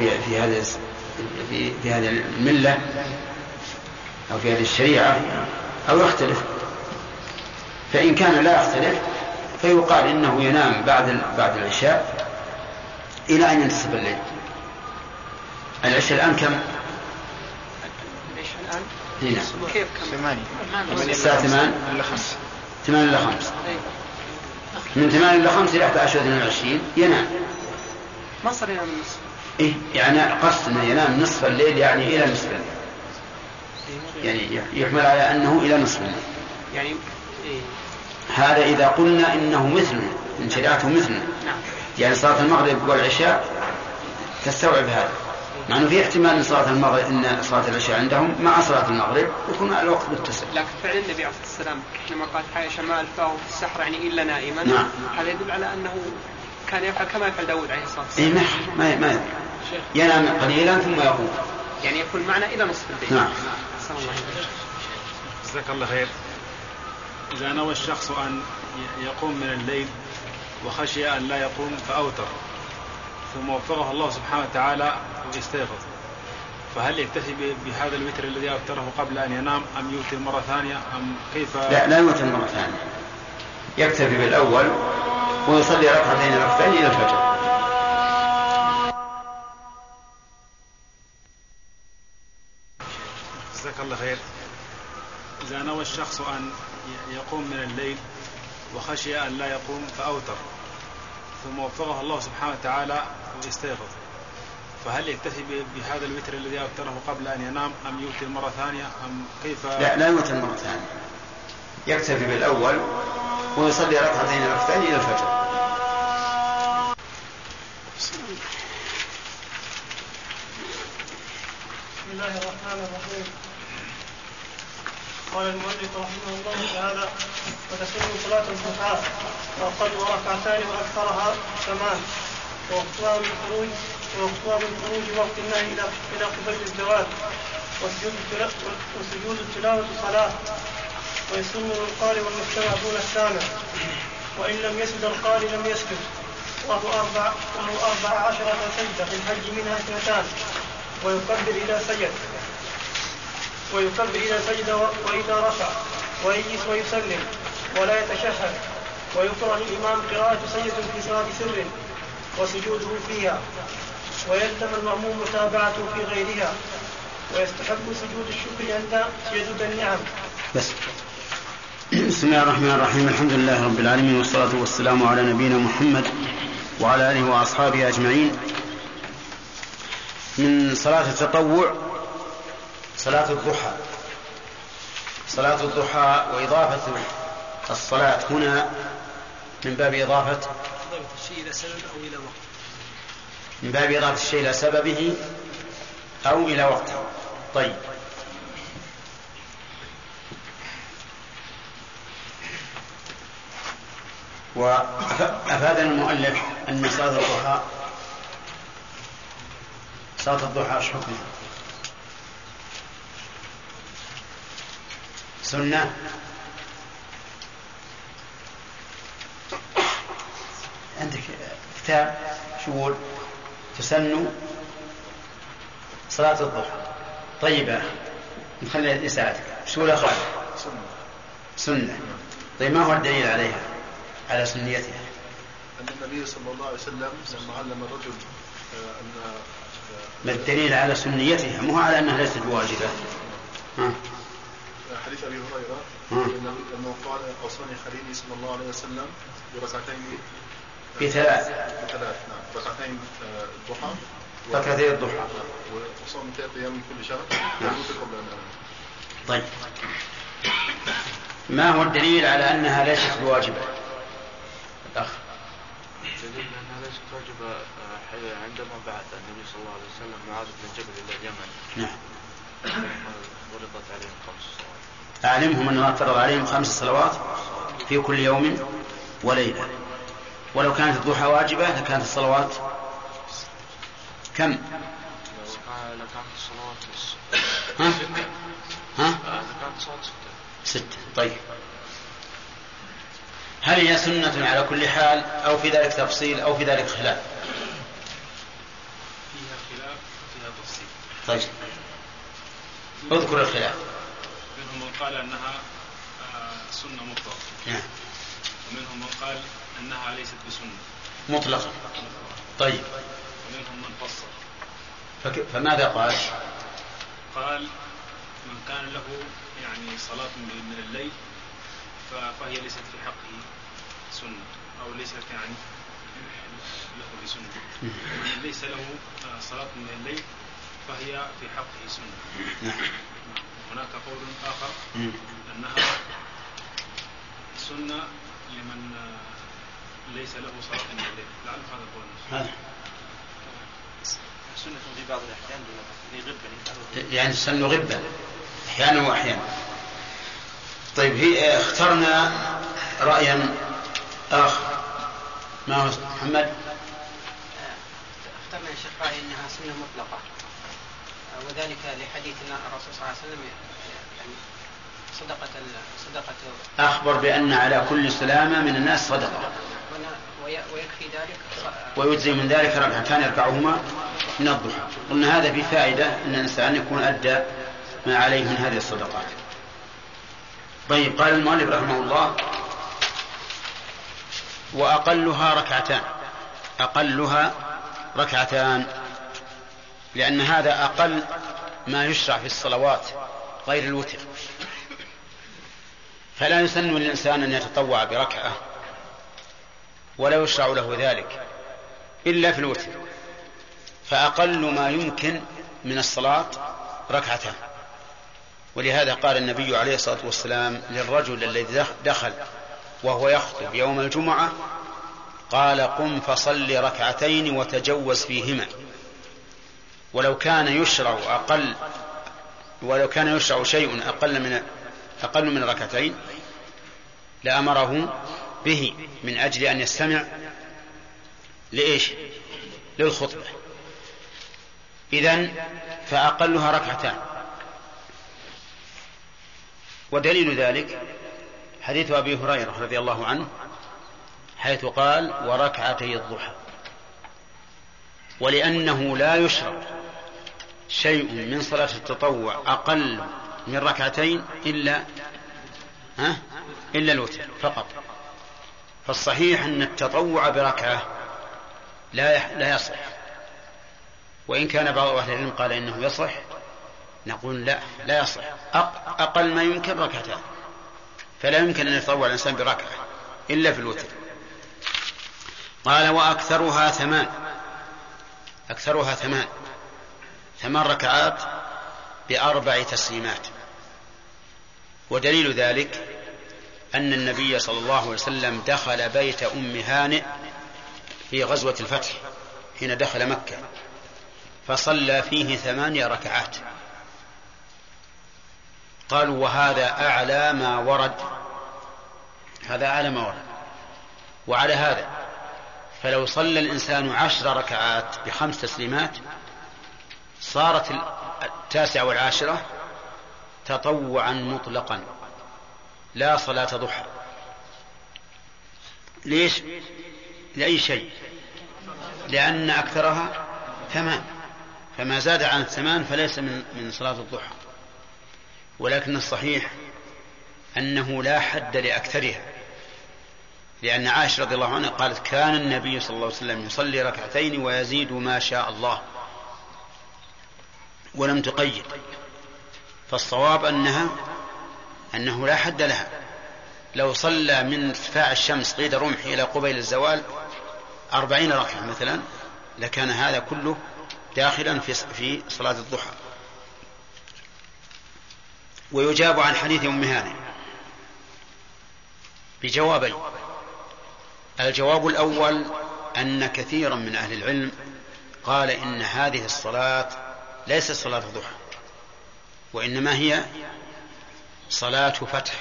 في هذه الملة أو في هذه الشريعة أو يختلف. فإن كان لا يختلف فيقال إنه ينام بعد العشاء إلى أن ينتصف الليل. العشاء الآن كم؟ العشاء الآن؟ هنا كيف كم؟ 8 الساعة 8 إلى 5 من 8 إلى 5 إلى 11 22 ينام. ما صار ينام النصف؟ إيه يعني قصد أنه ينام نصف الليل يعني إلى نصف الليل، يعني يحمل على أنه إلى نصف الليل. يعني إيه؟ هذا إذا قلنا إنه مثلنا إن شريعته مثلنا. يعني صلاة المغرب والعشاء تستوعب هذا، مع أنه في احتمال أن صلاة المغرب إن صلاة العشاء عندهم مع صلاة المغرب يكون الوقت متصل. لكن فعل النبي عليه الصلاة والسلام حينما قالت عائشة ما ألفاه في السحر يعني إلا نائما. هذا يدل على أنه كان يفعل كما يفعل داود عليه الصلاة والسلام. إيه ما ينام قليلا ثم يقوم، يعني يكون معنا إلى نصف الليل. نعم. جزاك الله خير. إذا نوى الشخص أن يقوم من الليل وخشي أن لا يقوم فأوتر ثم وفقه الله سبحانه وتعالى ويستيقظ، فهل يكتفي بهذا الوتر الذي أوتره قبل أن ينام أم يوتر مرة ثانية أم كيف؟ لا يوتر مرة ثانية، يكتفي بالأول ويصلي ركعتين إلى الفجر. جزاك الله خير. إذا نوى الشخص أن يقوم من الليل وخشي أن لا يقوم فأوتر ثم وفقه الله سبحانه وتعالى ويستيقظ، فهل يكتفي بهذا الوتر الذي أوتره قبل أن ينام أم يوتر مرة ثانية أم كيف؟ لا يوتر مرة ثانية، يكتفي بالأول ويصلي ركعتين إلى الفجر. بسم الله الرحمن الرحيم. قال المؤلف رحمه الله تعالى: وتسن صلاة الضحى وأقل ركعتان وأكثرها 8 ووقتها من خروج وقت النهي إلى قبيل الزوال، وسجود التلاوة صلاة، ويسن للقارئ والمستمع دون السامع، وإن لم يسجد القارئ لم يسجد، وهو 14 سجدة في الحج منها 2، ويكبر إذا سجد وإذا رفع، ويجلس ويسلم ولا يتشهد، ويكره الإمام قراءة سجدة في صلاة سر وسجوده فيها، ويلزم المأموم متابعته في غيرها، ويستحب سجود الشكر عند سجود النعم. بس. بسم الله الرحمن الرحيم. الحمد لله رب العالمين، والصلاة والسلام على نبينا محمد وعلى آله وأصحابه أجمعين. من صلاة التطوع صلاة الضحى. صلاة الضحى وإضافة الصلاة هنا من باب إضافة الشيء إلى سبب أو إلى وقت، من باب إضافة الشيء إلى سببه أو إلى وقته. طيب، وأفادنا المؤلف أن صلاة الضحى ايش حكمها؟ سنة. عندك كتاب شو تسن صلاة الضحى. طيب يا أخي نخلي يساعدك. شو لا خالد؟ سنة. طيب ما هو الدليل عليها على سنيتها؟ أن النبي صلى الله عليه وسلم لما علم الرجل أن ما الدليل على سنيتها مو على أنها ليست بواجبة؟ حديث أبي هريرة أنه قال أوصاني خليلي صلى الله عليه وسلم بركعتين بثلاث نعم ركعتين الضحى ركعتي الضحى وصوم 3 أيام من كل شهر قبل أن طيب ما هو الدليل على أنها ليست بواجبة؟ الأخ الدليل أنها ليست واجبة عندما بعث النبي صلى الله عليه وسلم معاذ بن جبل إلى اليمن. نعم. فرضت عليهم 5 صلوات. أعلمهم أن الله فرض عليهم 5 صلوات في كل يوم وليلة. ولو كانت الضحى واجبة لكانت الصلوات كم؟ لكانت الصلوات لكانت الصلوات 6. طيب هل هي سنة على كل حال أو في ذلك تفصيل أو في ذلك خلاف؟ فيها خلاف فيها تفصيل. طيب اذكر الخلاف. منهم من قال أنها سنة مطلقة. نعم. ومنهم من قال أنها ليست بسنة مطلقة. طيب ومنهم من فصل. فماذا قال؟ قال من كان له يعني صلاة من الليل فهي ليست في حقه سنة أو ليست يعني له بسنة. ومن ليس له صلاة من الليل فهي في حقه سنة. هناك قول آخر أنها سنة لمن ليس له صلاة من الليل. لعل هذا القول سنة في بعض الأحيان يعني سن غبا أحيانا وأحيانا. طيب هي اخترنا رأيا آخر. ما هو محمد؟ اخترنا يا شيخ رأي أنها سنة مطلقة وذلك لحديث الرسول صلى الله عليه وسلم يعني صدقة أخبر بأن على كل سلامة من الناس صدقة ويكفي ذلك ويجزي من ذلك ركعتان يركعهما من الضحى. قلنا هذا في فائدة أن الإنسان يكون أدى ما عليه من هذه الصدقات. طيب قال المؤلف رحمه الله وأقلها ركعتان لأن هذا أقل ما يشرع في الصلوات غير الوتر. فلا يسن للإنسان أن يتطوع بركعة ولا يشرع له ذلك إلا في الوتر. فأقل ما يمكن من الصلاة ركعتان. ولهذا قال النبي عليه الصلاة والسلام للرجل الذي دخل وهو يخطب يوم الجمعة قال قم فصل ركعتين وتجوز فيهما. ولو كان يشرع شيء أقل من ركعتين لأمره به من أجل أن يستمع لإيش؟ للخطبة. إذن فأقلها ركعتان. ودليل ذلك حديث أبي هريرة رضي الله عنه حيث قال وركعتي الضحى. ولأنه لا يشرع شيء من صلاة التطوع أقل من ركعتين إلا الوتر فقط. فالصحيح أن التطوع بركعة لا يصح. وإن كان بعض أهل العلم قال إنه يصح نقول لا يصح. أقل ما يمكن ركعتان. فلا يمكن أن يتطوع الإنسان بركعة إلا في الوتر. قال وأكثرها 8 ركعات ب4 تسليمات. ودليل ذلك أن النبي صلى الله عليه وسلم دخل بيت أم هانئ في غزوة الفتح حين دخل مكة فصلى فيه 8 ركعات. قالوا وهذا أعلى ما ورد. وعلى هذا فلو صلى الإنسان 10 ركعات ب5 تسليمات صارت 9 و10 تطوعا مطلقا لا صلاة ضحى. ليش؟ لأي شيء؟ لأن أكثرها 8، فما زاد عن 8 فليس من صلاة الضحى. ولكن الصحيح أنه لا حد لأكثرها، لأن عائشة رضي الله عنها قالت كان النبي صلى الله عليه وسلم يصلي 2 ركعتين ويزيد ما شاء الله، ولم تقيد. فالصواب أنه لا حد لها. لو صلى من ارتفاع الشمس قيد رمح إلى قبيل الزوال 40 ركعة مثلا لكان هذا كله داخلا في صلاة الضحى. ويجاب عن حديث أم هانئ بجوابين. الجواب الأول أن كثيرا من أهل العلم قال إن هذه الصلاة ليست صلاة الضحى، وإنما هي صلاة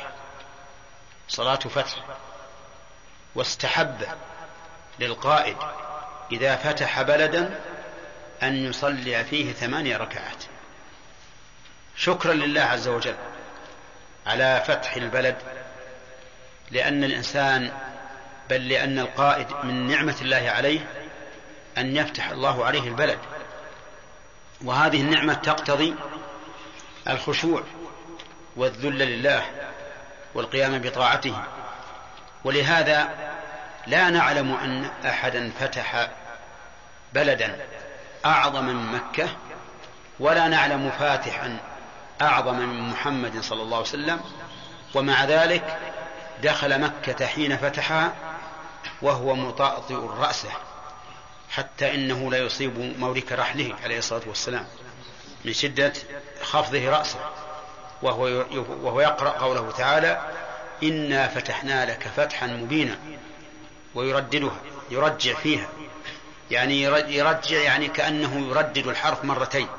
فتح. واستحب للقائد إذا فتح بلدا أن يصلي فيه 8 ركعات شكرا لله عز وجل على فتح البلد، لأن الإنسان بل لأن القائد من نعمة الله عليه أن يفتح الله عليه البلد، وهذه النعمة تقتضي الخشوع والذل لله والقيام بطاعته. ولهذا لا نعلم أن أحدا فتح بلدا أعظم من مكة، ولا نعلم فاتحا أعظم من محمد صلى الله عليه وسلم، ومع ذلك دخل مكة حين فتحها وهو مطأطئ رأسه حتى إنه لا يصيب مورك رحله عليه الصلاة والسلام من شدة خفضه رأسه، وهو يقرأ قوله تعالى إنا فتحنا لك فتحا مبينا، ويرددها يرجع فيها، يعني يرجع يعني كأنه يردد الحرف مرتين.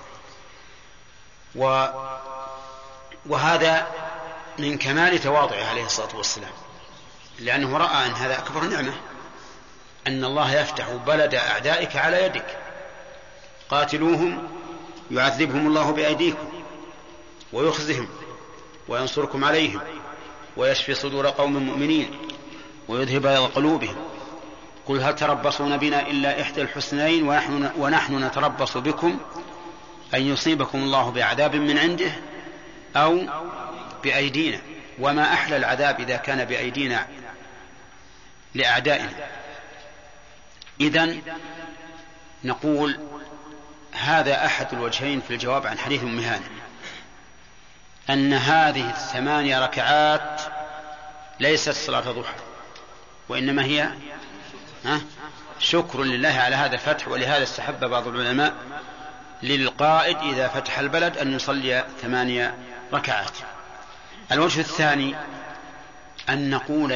وهذا من كمال تواضعه عليه الصلاة والسلام، لأنه رأى أن هذا أكبر نعمة، أن الله يفتح بلد أعدائك على يدك، قاتلوهم يعذبهم الله بأيديكم ويخزهم وينصركم عليهم ويشفي صدور قوم مؤمنين ويذهب إلى قلوبهم. قل هل تربصون بنا إلا إحدى الحسنين ونحن نتربص بكم أن يصيبكم الله بعذاب من عنده أو بأيدينا، وما أحلى العذاب إذا كان بأيدينا لأعدائنا. إذن نقول هذا أحد الوجهين في الجواب عن حديث أم هانئ، أن هذه 8 ركعات ليست صلاة ضحى، وإنما هي شكر لله على هذا الفتح. ولهذا استحب بعض العلماء للقائد إذا فتح البلد أن يصلي 8 ركعات. الوجه الثاني أن نقول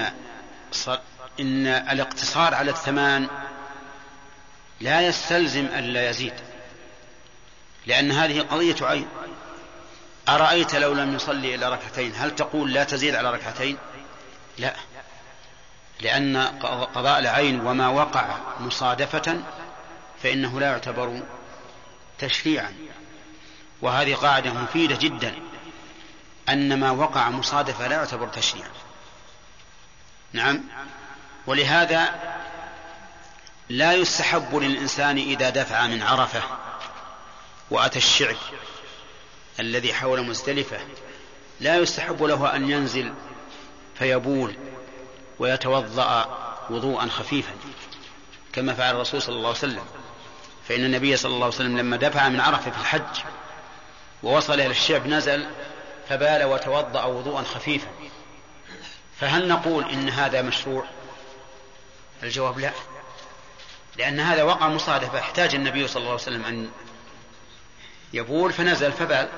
إن الاقتصار على 8 لا يستلزم ألا يزيد، لأن هذه قضية عين. أرأيت لو لم يصلي إلا 2 ركعتين هل تقول لا تزيد على 2 ركعتين؟ لا، لأن قضاء العين وما وقع مصادفة فإنه لا يعتبر تشريعا، وهذه قاعدة مفيدة جدا، أن ما وقع مصادفة لا يعتبر تشريعا. نعم. ولهذا لا يستحب للإنسان إذا دفع من عرفة وأتى الشعب الذي حول مزدلفة لا يستحب له أن ينزل فيبول ويتوضأ وضوءا خفيفا كما فعل الرسول صلى الله عليه وسلم، فإن النبي صلى الله عليه وسلم لما دفع من عرفة في الحج ووصل إلى الشعب نزل فبال وتوضأ وضوءا خفيفا. فهل نقول إن هذا مشروع؟ الجواب لا، لأن هذا وقع مصادفة، احتاج النبي صلى الله عليه وسلم أن يبول فنزل فبال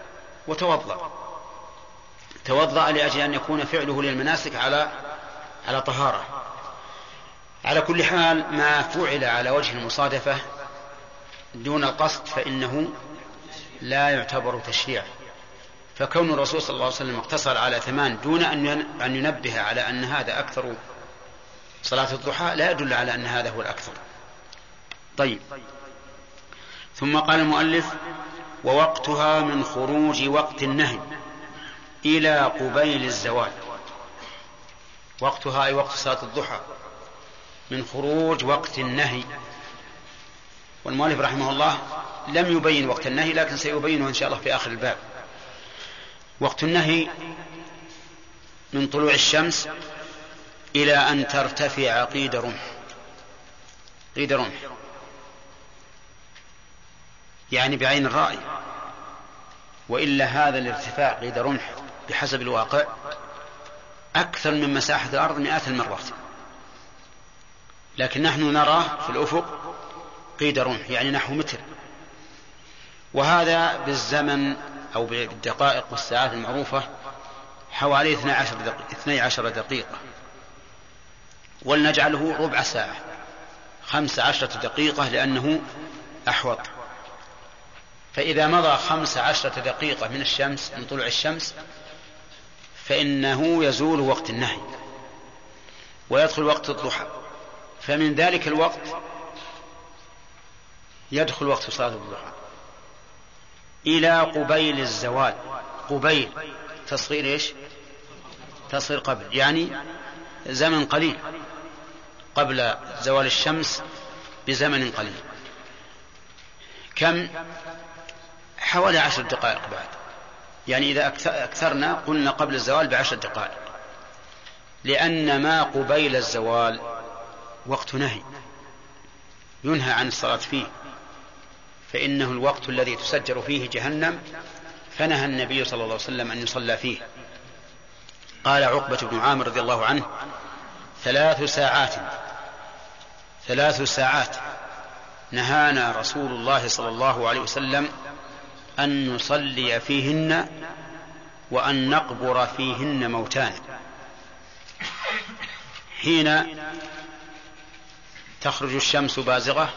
توضأ لأجل أن يكون فعله للمناسك على طهارة. على كل حال ما فعل على وجه المصادفة دون القصد فإنه لا يعتبر تشريع. فكون الرسول صلى الله عليه وسلم اقتصر على 8 دون أن ينبه على أن هذا أكثر صلاة الضحى لا يدل على أن هذا هو الأكثر. طيب، ثم قال المؤلف: ووقتها من خروج وقت النهي إلى قبيل الزوال. وقتها أي وقت صلاة الضحى من خروج وقت النهي. والمؤلف رحمه الله لم يبين وقت النهي، لكن سيبينه إن شاء الله في آخر الباب. وقت النهي من طلوع الشمس إلى أن ترتفع قيد رمح. قيد رمح يعني بعين الرأي، وإلا هذا الارتفاع قيد رمح بحسب الواقع أكثر من مساحة الأرض مئات المرات، لكن نحن نراه في الأفق قيد رمح يعني نحو متر، وهذا بالزمن أو بالدقائق والساعات المعروفة حوالي 12 دقيقة، ولنجعله ربع ساعة 15 دقيقة لأنه أحوط. فإذا مضى 15 دقيقة من الشمس من طلوع الشمس فإنه يزول وقت النهي ويدخل وقت الضحى، فمن ذلك الوقت يدخل وقت صلاة الضحى إلى قبيل الزوال. قبيل تصغير إيش؟ تصغير قبل، يعني زمن قليل قبل زوال الشمس بزمن قليل. كم؟ حوالي 10 دقائق بعد، يعني إذا أكثرنا قلنا قبل الزوال ب10 دقائق، لأن ما قبيل الزوال وقت نهي ينهى عن الصلاة فيه، فإنه الوقت الذي تسجر فيه جهنم، فنهى النبي صلى الله عليه وسلم أن يصلى فيه. قال عقبة بن عامر رضي الله عنه: 3 ساعات نهانا رسول الله صلى الله عليه وسلم أن نصلي فيهن وأن نقبر فيهن موتانا. حين تخرج الشمس بازغة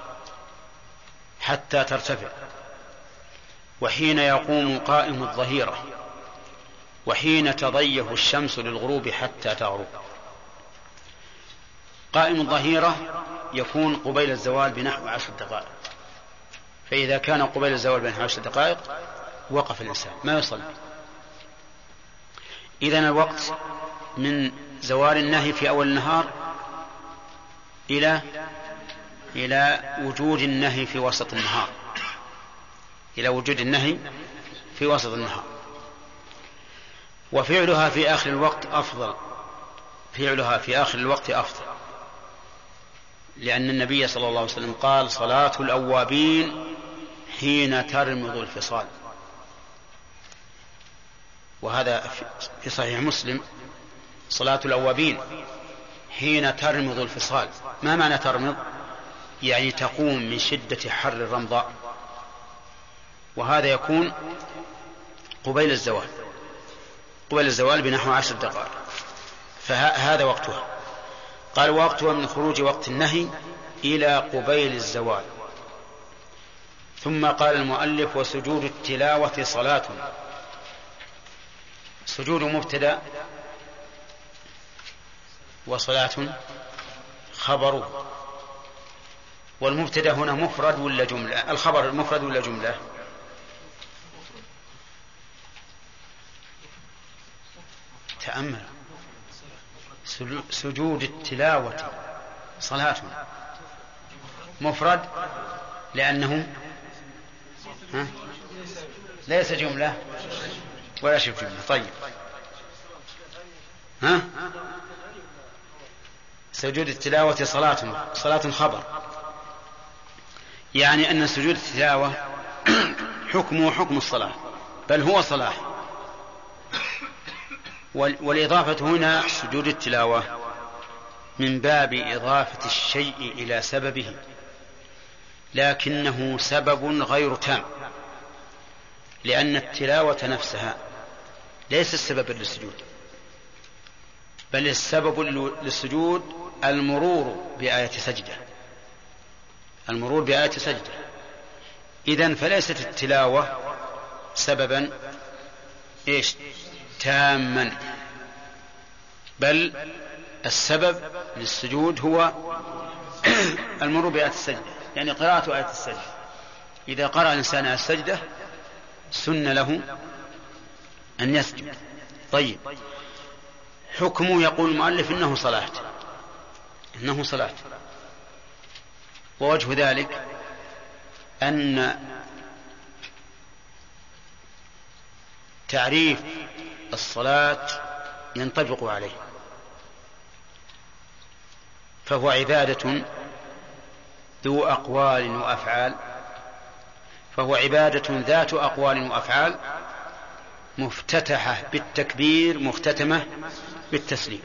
حتى ترتفع، وحين يقوم قائم الظهيرة، وحين تضيه الشمس للغروب حتى تغرب. قائم الظهيرة يكون قبيل الزوال بنحو 10 دقائق، فإذا كان قبيل الزوال بنحو 10 دقائق وقف الإنسان ما يصلي. إذن الوقت من زوال النهي في أول النهار إلى وجود النهي في وسط النهار، إلى وجود النهي في وسط النهار. وفعلها في آخر الوقت أفضل، فعلها في آخر الوقت أفضل، لأن النبي صلى الله عليه وسلم قال: صلاة الأوابين حين ترمض الفصال. وهذا في صحيح مسلم: صلاة الأوابين حين ترمض الفصال. ما معنى ترمض؟ يعني تقوم من شدة حر الرمضاء، وهذا يكون قبيل الزوال، قبيل الزوال بنحو 10 دقائق، فهذا وقتها. قال: وقتها من خروج وقت النهي إلى قبيل الزوال. ثم قال المؤلف: وسجود التلاوة صلاة. سجود مبتدأ وصلاة خبر، والمبتدأ هنا مفرد ولا جملة؟ الخبر مفرد ولا جملة؟ تأمل. سجود التلاوة صلاة مفرد لأنه ليس جملة ولا شبه جملة. طيب، سجود التلاوة صلاة خبر، يعني أن سجود التلاوة حكمه حكم الصلاة، بل هو صلاة. والإضافة هنا سجود التلاوة من باب إضافة الشيء إلى سببه، لكنه سبب غير تام، لأن التلاوة نفسها ليس السبب للسجود، بل السبب للسجود المرور بآية سجدة، المرور بآية سجدة. إذن فليست التلاوة سببا تاما، بل السبب للسجود هو المرور بآية السجدة، يعني قراءة آية السجدة. إذا قرأ الإنسان آية السجدة سن له أن يسجد. طيب، حكمه يقول المؤلف إنه صلاة. ووجه ذلك أن تعريف الصلاة ينطبق عليه، فهو عبادة ذو أقوال وأفعال، فهو عبادة ذات أقوال وأفعال مفتتحة بالتكبير مختتمة بالتسليم.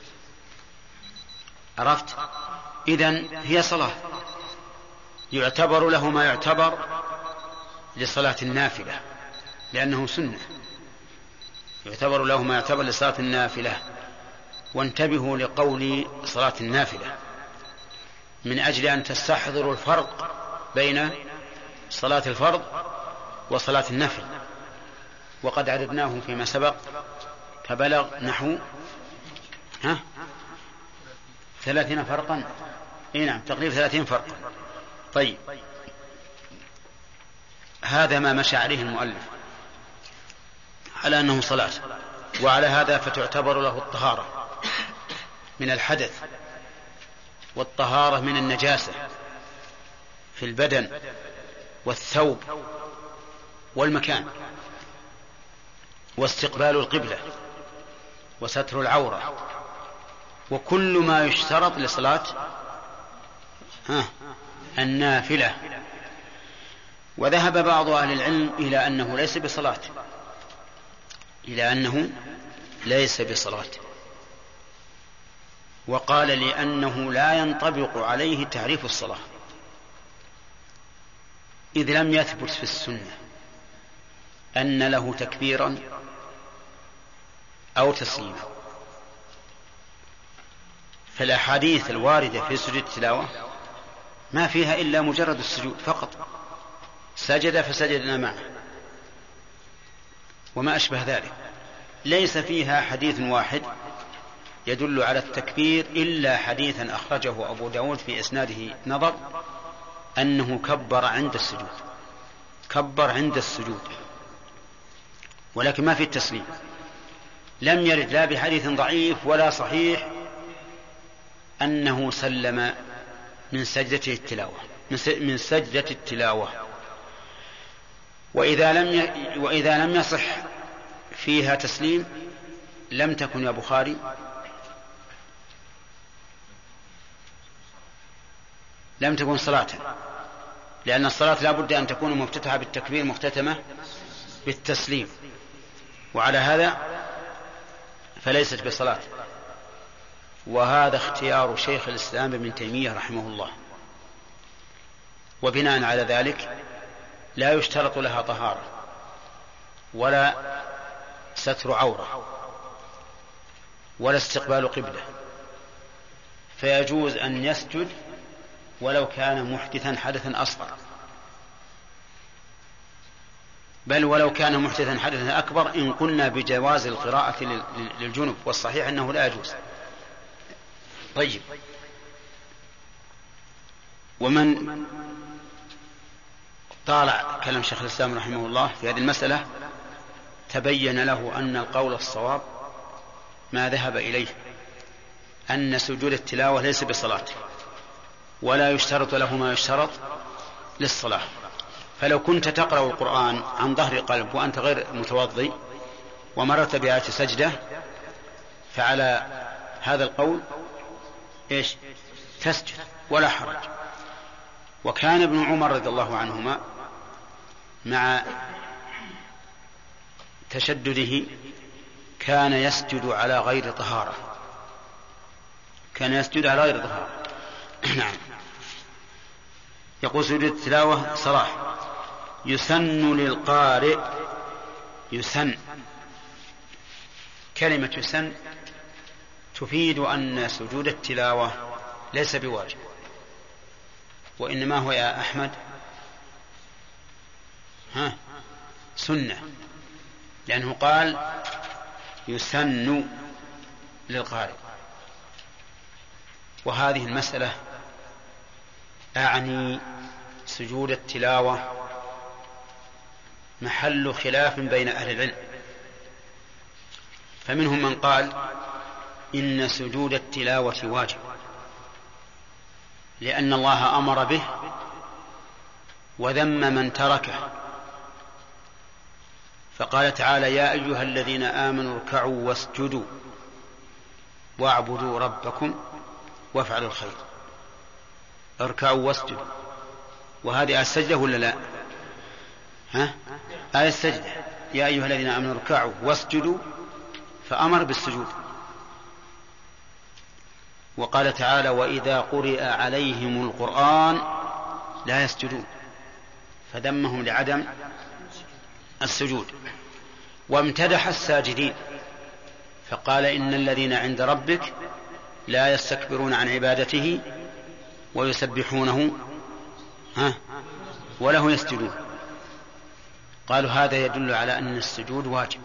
عرفت؟ إذن هي صلاة، يعتبر له ما يعتبر لصلاة النافلة لأنه سنة، يعتبر له ما يعتبر لصلاة النافلة. وانتبهوا لقول صلاة النافلة من أجل أن تستحضروا الفرق بين صلاة الفرض وصلاة النفل، وقد عددناه فيما سبق فبلغ نحو 30 فرقا. نعم، تقريبا 30 فرقا. طيب، هذا ما مشى عليه المؤلف على أنه صلاة، وعلى هذا فتعتبر له الطهارة من الحدث والطهارة من النجاسة في البدن والثوب والمكان، واستقبال القبلة وستر العورة، وكل ما يشترط لصلاة النافلة. وذهب بعض أهل العلم إلى أنه ليس بصلاة، وقال لأنه لا ينطبق عليه تعريف الصلاة، إذ لم يثبت في السنة أن له تكبيرا أو تسليما. فالأحاديث الواردة في سجود التلاوة ما فيها إلا مجرد السجود فقط، سجد فسجدنا معه وما أشبه ذلك. ليس فيها حديث واحد يدل على التكبير إلا حديثا أخرجه أبو داود في إسناده نظر، أنه كبر عند السجود، ولكن ما في التسليم. لم يرد لا بحديث ضعيف ولا صحيح أنه سلم من سجدة التلاوة. وإذا لم يصح فيها تسليم لم تكن يا بخاري لم تكن صلاة، لأن الصلاة لا بد أن تكون مفتتحة بالتكبير مختتمة بالتسليم، وعلى هذا فليست بصلاة. وهذا اختيار شيخ الإسلام ابن تيمية رحمه الله. وبناء على ذلك لا يشترط لها طهارة ولا ستر عورة ولا استقبال قبلة، فيجوز أن يسجد ولو كان محدثا حدثا أصغر، بل ولو كان محدثا حدثا أكبر إن قلنا بجواز القراءة للجنب، والصحيح أنه لا يجوز. طيب، ومن طالع كلام شيخ الإسلام رحمه الله في هذه المسألة تبين له أن القول الصواب ما ذهب إليه، أن سجود التلاوة ليس بصلاة ولا يشترط له ما يشترط للصلاة. فلو كنت تقرأ القرآن عن ظهر قلب وأنت غير متوضي ومرت بآية سجدة، فعلى هذا القول تسجد ولا حرج. وكان ابن عمر رضي الله عنهما مع تشدده كان يسجد على غير طهارة، نعم. يقول سجود التلاوة صلاة. يسن للقارئ، يسن، كلمة يسن تفيد أن سجود التلاوة ليس بواجب، وإنما هو يا أحمد سنة، لأنه قال يسن للقارئ. وهذه المسألة أعني سجود التلاوة محل خلاف بين أهل العلم، فمنهم من قال إن سجود التلاوة واجب لأن الله أمر به وذم من تركه، فقال تعالى: يا أيها الذين آمنوا اركعوا واسجدوا واعبدوا ربكم وافعلوا الخير. اركعوا واسجدوا، وهذه السجدة ولا لا؟ آية السجدة. يا أيها الذين آمنوا اركعوا واسجدوا، فأمر بالسجود. وقال تعالى: وإذا قرئ عليهم القرآن لا يسجدون، فذمهم لعدم السجود. وامتدح الساجدين فقال: إن الذين عند ربك لا يستكبرون عن عبادته ويسبحونه وله يسجدون. قالوا هذا يدل على أن السجود واجب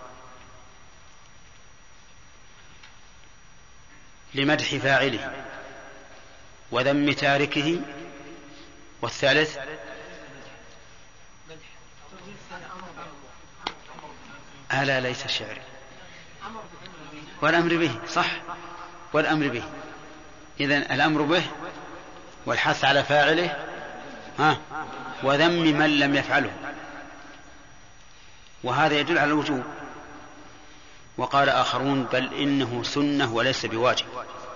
لمدح فاعله وذم تاركه. والثالث ألا ليس شعري والأمر به، صح، والأمر به. إذن الأمر به والحث على فاعله وذم من لم يفعله، وهذا يدل على الوجوب. وقال آخرون: بل إنه سنة وليس بواجب.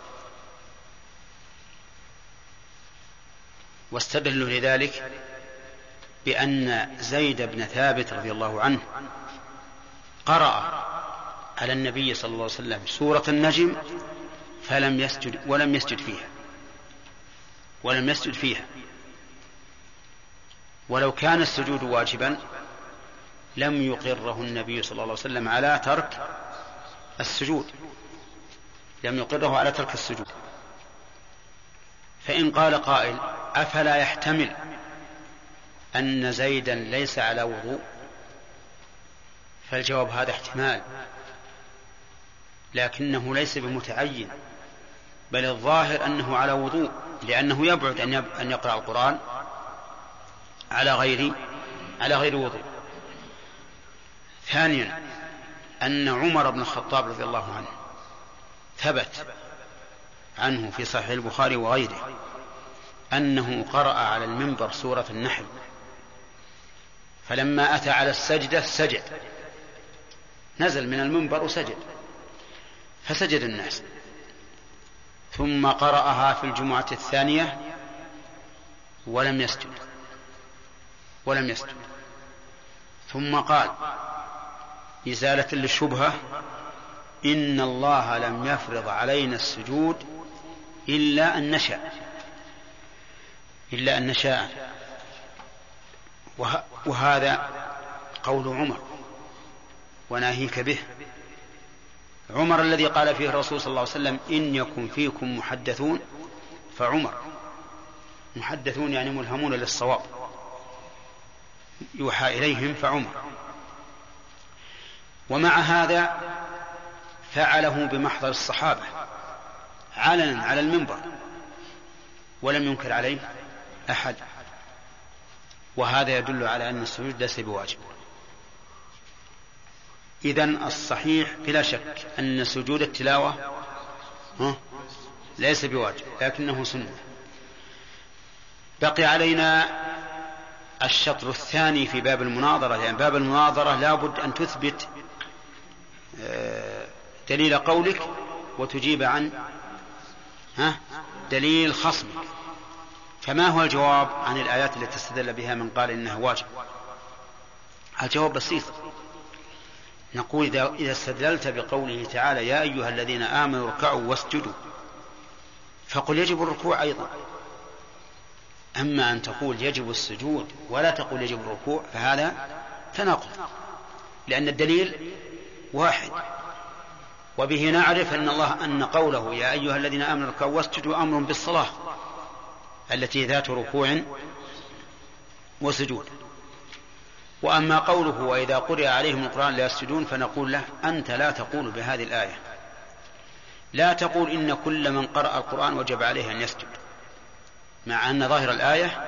واستدلوا لذلك بأن زيد بن ثابت رضي الله عنه قرأ على النبي صلى الله عليه وسلم سورة النجم فلم يسجد ولم يسجد فيها. ولو كان السجود واجبا لم يقره النبي صلى الله عليه وسلم على ترك السجود، لم يقره على ترك السجود. فإن قال قائل: أفلا يحتمل أن زيدا ليس على وضوء؟ فالجواب: هذا احتمال، لكنه ليس بمتعين، بل الظاهر أنه على وضوء، لأنه يبعد أن يقرأ القرآن على غير وضوء. ثانيا، أن عمر بن الخطاب رضي الله عنه ثبت عنه في صحيح البخاري وغيره أنه قرأ على المنبر سورة النحل، فلما أتى على السجدة سجد، نزل من المنبر وسجد، فسجد الناس. ثم قرأها في الجمعة الثانية ولم يسجد. ثم قال إزالة للشبهة: إن الله لم يفرض علينا السجود إلا أن نشاء. وهذا قول عمر وناهيك به. عمر الذي قال فيه الرسول صلى الله عليه وسلم: إن يكن فيكم محدثون فعمر. محدثون يعني ملهمون للصواب، يوحى إليهم، فعمر. ومع هذا فعله بمحضر الصحابة علنا على المنبر ولم ينكر عليه أحد، وهذا يدل على أن السجود ليس بواجب. إذن الصحيح بلا شك أن سجود التلاوة ليس بواجب لكنه سنة. بقي علينا الشطر الثاني في باب المناظرة، يعني باب المناظرة لا بد أن تثبت دليل قولك وتجيب عن دليل خصمك. فما هو الجواب عن الآيات التي استدل بها من قال إنها واجب؟ الجواب بسيط، نقول: إذا استدللت بقوله تعالى: يا أيها الذين آمنوا اركعوا واسجدوا، فقل يجب الركوع أيضا. أما أن تقول يجب السجود ولا تقول يجب الركوع فهذا تناقض، لأن الدليل واحد. وبه نعرف أن قوله يا أيها الذين آمنوا اركعوا واسجدوا أمر بالصلاة التي ذات ركوع وسجود. وأما قوله وإذا قرئ عليهم القرآن لا يسجدون فنقول له: أنت لا تقول بهذه الآية، لا تقول إن كل من قرأ القرآن وجب عليه أن يسجد، مع أن ظاهر الآية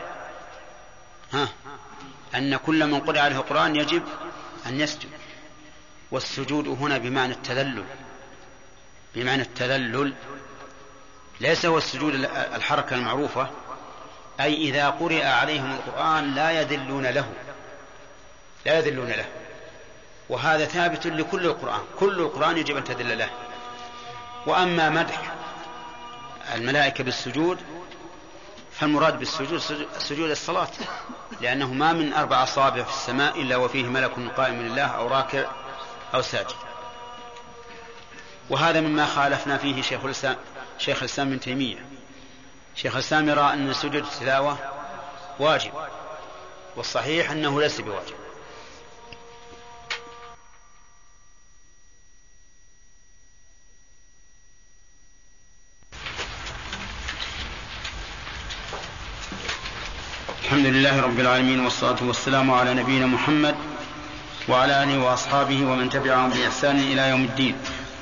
أن كل من قرأ عليه القرآن يجب أن يسجد، والسجود هنا بمعنى التذلل، بمعنى التذلل، ليس هو السجود الحركة المعروفة، أي إذا قرأ عليهم القرآن لا يذلون له، لا يذلون له. وهذا ثابت لكل القرآن، كل القرآن يجب أن تذل له. وأما مدح الملائكة بالسجود فالمراد بالسجود سجود الصلاة، لأنه ما من 4 أصابع في السماء إلا وفيه ملك قائم لله أو راكع أو ساجد. وهذا مما خالفنا فيه شيخ الإسلام ابن تيمية. شيخ الإسلام يرى أن سجود التلاوة واجب، والصحيح أنه ليس بواجب. الحمد لله رب العالمين، والصلاة والسلام على نبينا محمد وعلى آله وأصحابه ومن تبعهم بإحسان إلى يوم الدين.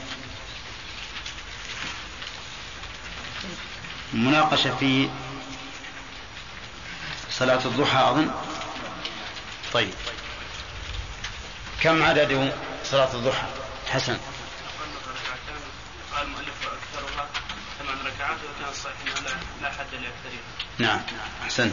مناقشة في صلاة الضحى أظن. طيب، كم عدد صلاة الضحى؟ حسن. قال المؤلف أكثرها 8 ركعات، وكان الصحيح أنه لا حد لأكثرها. نعم، أحسنت.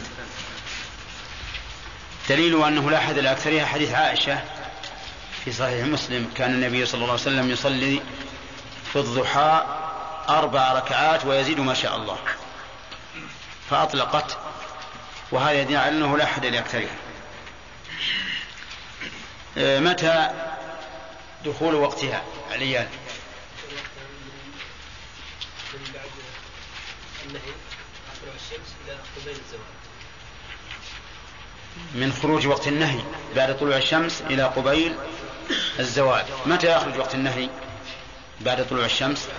دليل أنه لا حد لأكثرها حديث عائشة في صحيح مسلم: كان النبي صلى الله عليه وسلم يصلي في الضحى 4 ركعات ويزيد ما شاء الله، فأطلقت، وهذا يدل على أنه لا حد لأكثرها. متى دخول وقتها عليان؟ من بعد النهي طلوع الشمس إلى قبيل الزوال. من خروج وقت النهي بعد طلوع الشمس إلى قبيل الزوال. متى يخرج وقت النهي بعد طلوع الشمس؟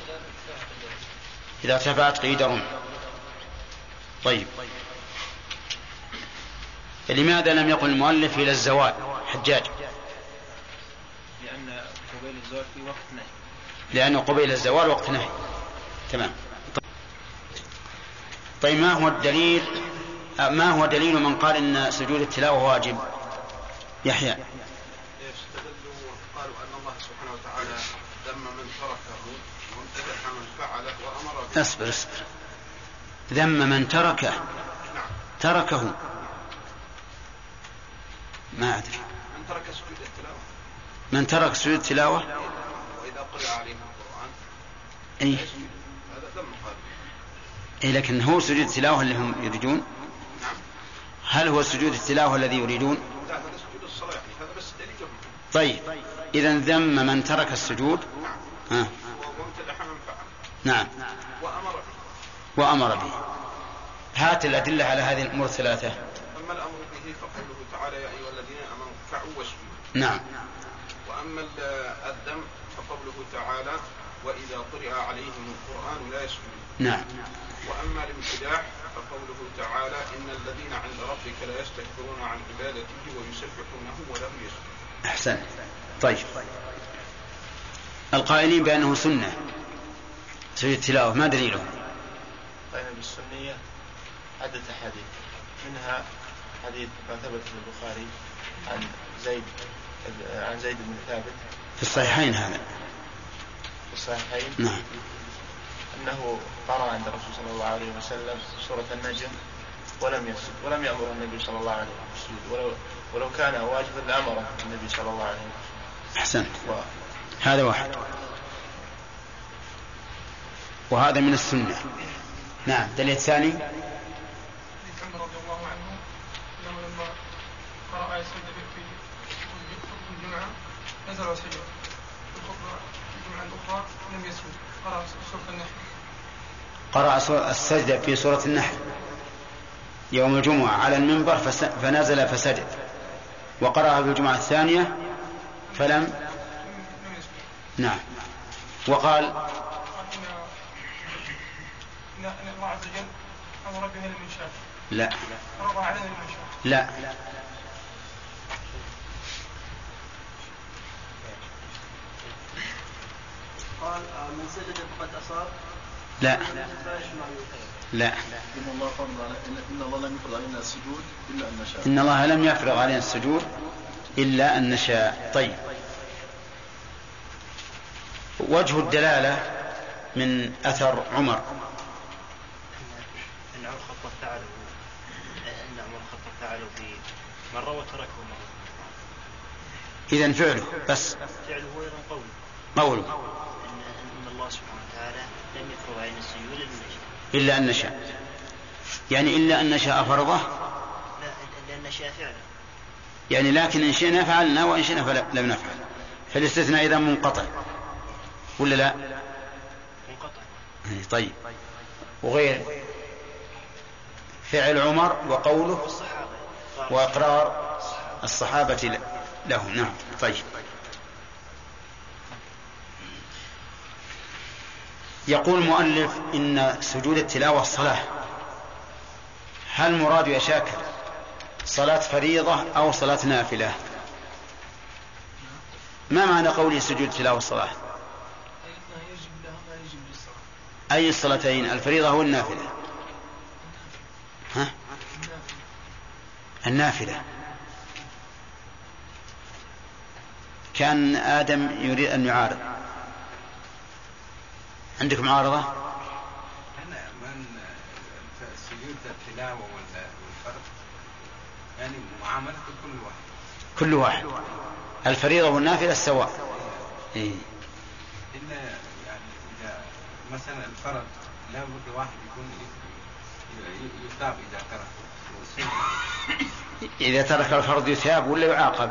إذا ارتفعت قيد رمح. طيب، لماذا لم يقل المؤلف إلى الزوال؟ حجاج. لأن قبيل الزوال في وقت نهي. لأن قبيل الزوال وقت نهي. تمام. طيب، ما هو دليل من قال إن سجود التلاوة واجب؟ يحيى. استدلوا وقالوا أن الله سبحانه وتعالى ذم من تركه وامتدح من فعله وأمر به. اصبر. ذم من تركه. نعم. تركه ما أدري. من ترك سجود التلاوة. من ترك سجود التلاوة. وإذا قرأ عليهم القرآن. أي. هذا ذم قال. إيه، لكن هو سجود التلاوة اللي هم يريدون؟ نعم. هل هو سجود التلاوة الذي يريدون؟ لا، هذا سجود الصلاة، يعني هذا بس دليلهم. طيب، إذن ذم من ترك السجود. نعم. وامتدح من فعل. نعم. وأمر به. هات الأدلة على هذه الأمور الثلاثة. أما الأمر به فقوله تعالى: يا أيها الذين آمنوا اركعوا واسجدوا. نعم. وأما الذم فقوله تعالى: وإذا قرئ عليهم القرآن لا يسجدون. نعم. وأما الامتداح فقوله تعالى: إن الذين عند ربك لا يستكبرون عن عبادته ويسبحونه وله يسجدون. أحسن. طيب، القائلين بأنه سنة سجود التلاوة ما دليلهم؟ قائلين بالسنية عدة أحاديث، منها حديث ما ثبت في البخاري عن زيد بن ثابت في الصحيحين. هذا في الصحيحين. نعم. أنه قرأ عند الرسول صلى الله عليه وسلم سورة النجم ولم يسجد، ولم يأمر النبي صلى الله عليه وسلم بالسجود، ولو كان واجبا لأمره النبي صلى الله عليه وسلم. أحسن. هذا واحد، وهذا من السنة. نعم. دليل ثاني عمر رضي الله عنه أنه لما قرأ آية السجدة في خطبة الجمعة نزل وسجد، في الخطبة الجمعة الأخرى لم يسجد، قرأ سورة النحل. قرأ السجدة في سورة النحل يوم الجمعة على المنبر فنزل فسجد، وقرأها في الجمعة الثانية فلم. نعم. وقال إن الله عز وجل أمر بها للإنشاء. لا. فرض علينا للإنشاء. لا. قال من سجد فقد أصاب؟ لا لا. إن الله لم يفرض علينا السجود إلا أن نشاء. إن الله لم يفرض علينا السجود إلا أن نشاء. طيب، وجه الدلالة من أثر عمر أن عمر الخطاب فعله في مرة وتركه مرة. إذن فعله بس. فعله أيضا قوله أن الله سبحانه وتعالى لم يفرض علينا السجود إلا أن نشاء. يعني إلا أن نشاء فرضه؟ لا، إلا أن نشاء فعله. يعني لكن إن شئنا فعلنا وإن شئنا فلم نفعل. فالاستثناء إذا منقطع ولا لا؟ منقطع. طيب، وغير فعل عمر وقوله وإقرار الصحابة له. نعم. طيب، يقول المؤلف إن سجود التلاوة الصلاة، هل مراد يا شاكر صلاة فريضة أو صلاة نافلة؟ ما معنى قوله سجود التلاوة الصلاة؟ أي الصلاتين، الفريضة أو النافلة؟ ها؟ النافلة. كان آدم يريد أن يعارض. عندك معارضة؟ أنا من سجود التلاوة والفرض يعني معاملة كل واحد الفريضة والنافلة سواء. إيه؟ إلا يعني إذا مثلا الفرض لا بد واحد يكون يثاب إذا ترك. إذا ترك الفرض يثاب ولا يعاقب؟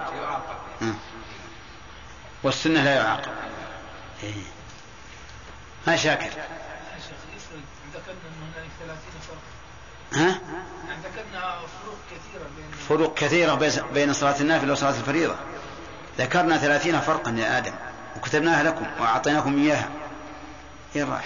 والسنة لا يعاقب. إيه؟ ما شاكر. ذكرنا أن هناك 30 فرق. ها؟ ذكرنا فروق كثيرة بين صلاة النافلة وصلاة الفريضة. ذكرنا 30 فرقا يا آدم وكتبناها لكم وأعطيناكم إياها. إيه راح؟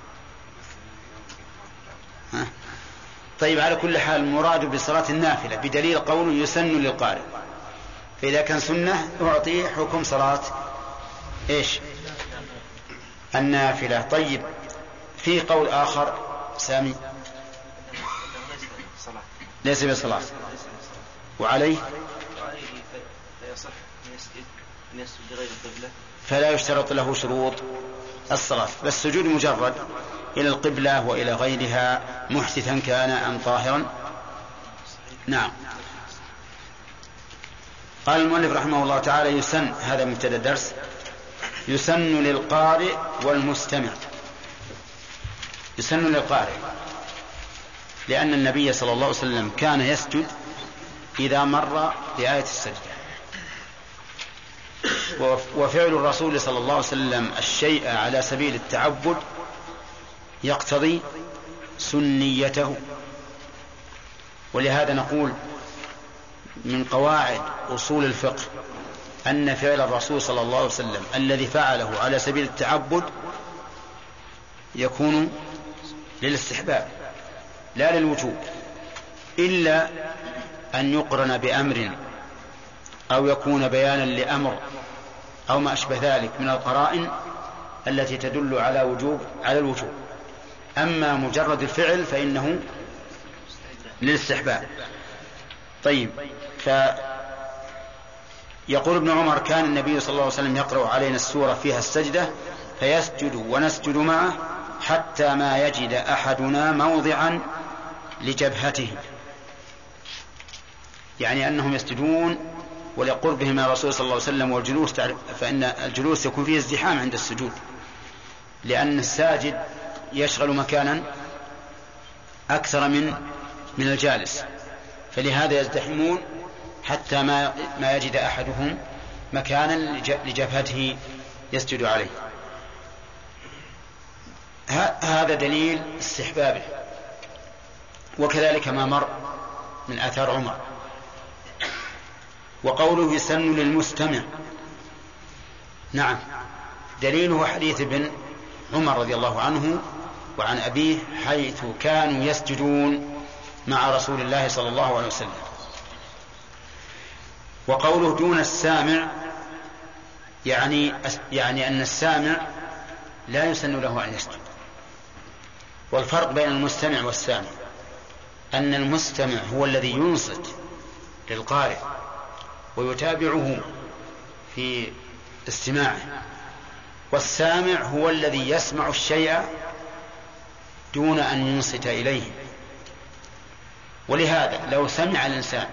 ها؟ طيب، على كل حال المراد بصلاة النافلة بدليل قوله يسن للقارئ، فإذا كان سنة أعطيه حكم صلاة إيش؟ النافلة. طيب، في قول آخر سامي ليس بصلاة وعليه فلا يشترط له شروط الصلاة، بس سجود مجرد إلى القبلة وإلى غيرها محدثا كان أم طاهرا. نعم. قال المؤلف رحمه الله تعالى يسن، هذا مبتدأ الدرس، يسن للقارئ والمستمع. يسن للقارئ لأن النبي صلى الله عليه وسلم كان يسجد إذا مر بآية السجدة، وفعل الرسول صلى الله عليه وسلم الشيء على سبيل التعبد يقتضي سنيته. ولهذا نقول من قواعد أصول الفقه أن فعل الرسول صلى الله عليه وسلم الذي فعله على سبيل التعبد يكون للاستحباب لا للوجوب، إلا أن يقرن بأمر أو يكون بيانا لأمر أو ما أشبه ذلك من القرائن التي تدل على الوجوب. أما مجرد الفعل فإنه للاستحباب. طيب، يقول ابن عمر كان النبي صلى الله عليه وسلم يقرأ علينا السورة فيها السجدة فيسجد ونسجد معه حتى ما يجد أحدنا موضعا لجبهته، يعني أنهم يسجدون ولقربهم من الرسول صلى الله عليه وسلم والجلوس، فإن الجلوس يكون فيه ازدحام عند السجود لأن الساجد يشغل مكانا أكثر من الجالس، فلهذا يزدحمون حتى ما يجد أحدهم مكانا لجبهته يسجد عليه. هذا دليل استحبابه، وكذلك ما مر من آثار عمر. وقوله يسن للمستمع، نعم، دليله حديث ابن عمر رضي الله عنه وعن أبيه حيث كانوا يسجدون مع رسول الله صلى الله عليه وسلم. وقوله دون السامع يعني أن السامع لا يسن له أن يسجد. والفرق بين المستمع والسامع أن المستمع هو الذي ينصت للقارئ ويتابعه في استماعه، والسامع هو الذي يسمع الشيء دون أن ينصت إليه. ولهذا لو سمع الإنسان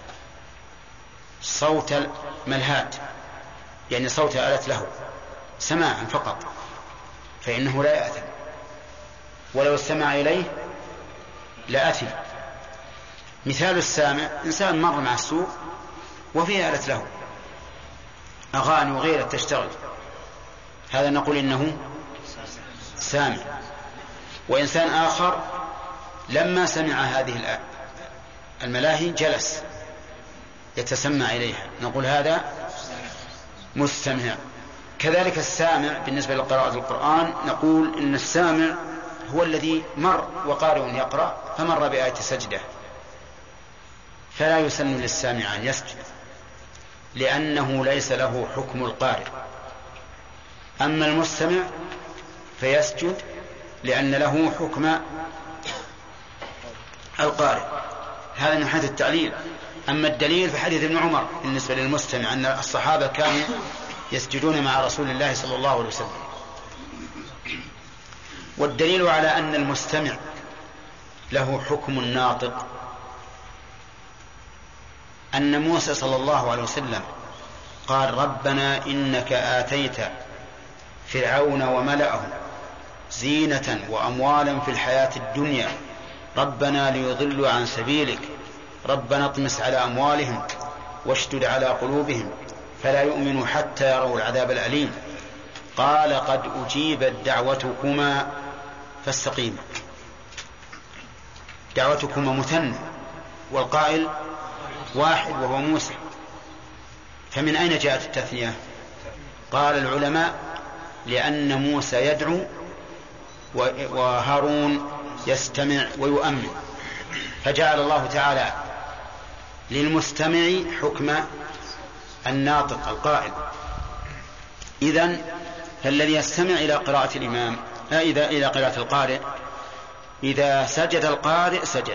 صوت ملهات، يعني صوت آلة له سماعا فقط، فإنه لا يأثم، ولو استمع إليه لأثم. مثال السامع: إنسان مر مع السوق وفيه آلة له أغاني وغيرها تشتغل، هذا نقول إنه سامع. وإنسان آخر لما سمع هذه الملاهي جلس يتسمع إليها، نقول هذا مستمع. كذلك السامع بالنسبة لقراءة القرآن، نقول إن السامع هو الذي مر وقارئ يقرأ فمر بآية سجدة، فلا يسن للسامع أن يسجد لأنه ليس له حكم القارئ. أما المستمع فيسجد لأن له حكم القارئ. هذا من حيث التعليل. أما الدليل فحديث ابن عمر بالنسبة للمستمع أن الصحابة كانوا يسجدون مع رسول الله صلى الله عليه وسلم. والدليل على أن المستمع له حكم الناطق أن موسى صلى الله عليه وسلم قال: ربنا إنك آتيت فرعون وملأه زينة وأموالا في الحياة الدنيا ربنا ليضلوا عن سبيلك ربنا اطمس على أموالهم واشدد على قلوبهم فلا يؤمنوا حتى يروا العذاب الأليم قال: قد أجيبت دعوتكما فاستقيما. دعوتكما مثنى والقائل واحد وهو موسى، فمن أين جاءت التثنية؟ قال العلماء: لأن موسى يدعو وهارون يستمع ويؤمن، فجعل الله تعالى للمستمع حكم الناطق القائل. إذن فالذي يستمع إلى قراءة الإمام إلى قراءة القارئ إذا سجد القارئ سجد.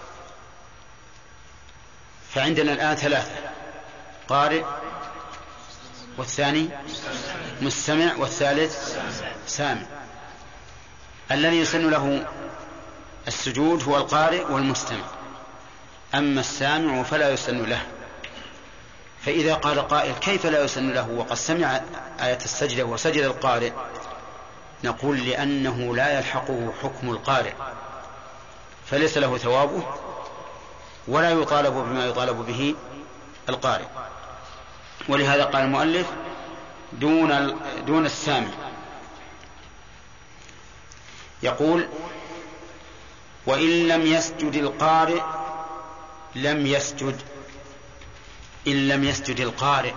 فعندنا الآن ثلاثة: قارئ، والثاني مستمع، والثالث سامع. الذي يسن له السجود هو القارئ والمستمع، أما السامع فلا يسن له. فإذا قال قائل: كيف لا يسن له وقد سمع آية السجدة وسجد القارئ؟ نقول: لأنه لا يلحقه حكم القارئ، فليس له ثوابه ولا يطالب بما يطالب به القارئ. ولهذا قال المؤلف: دون السامع. يقول: وإن لم يسجد القارئ لم يسجد. إن لم يسجد القارئ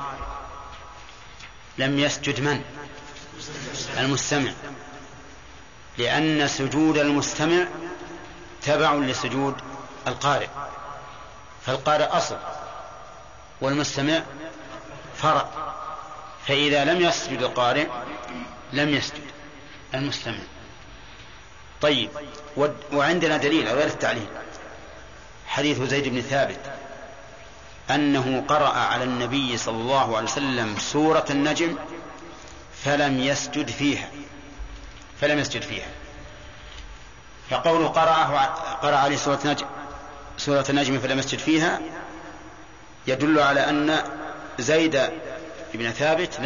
لم يسجد من؟ المستمع، لأن سجود المستمع تبع لسجود القارئ، فالقارئ أصل والمستمع فرع، فإذا لم يسجد القارئ لم يسجد المستمع. طيب، وعندنا دليل غير التعليل، حديث زيد بن ثابت أنه قرأ على النبي صلى الله عليه وسلم سورة النجم فلم يسجد فيها. فقوله قرأ عليه سورة النجم فلم يسجد فيها يدل على أن زيد بن ثابت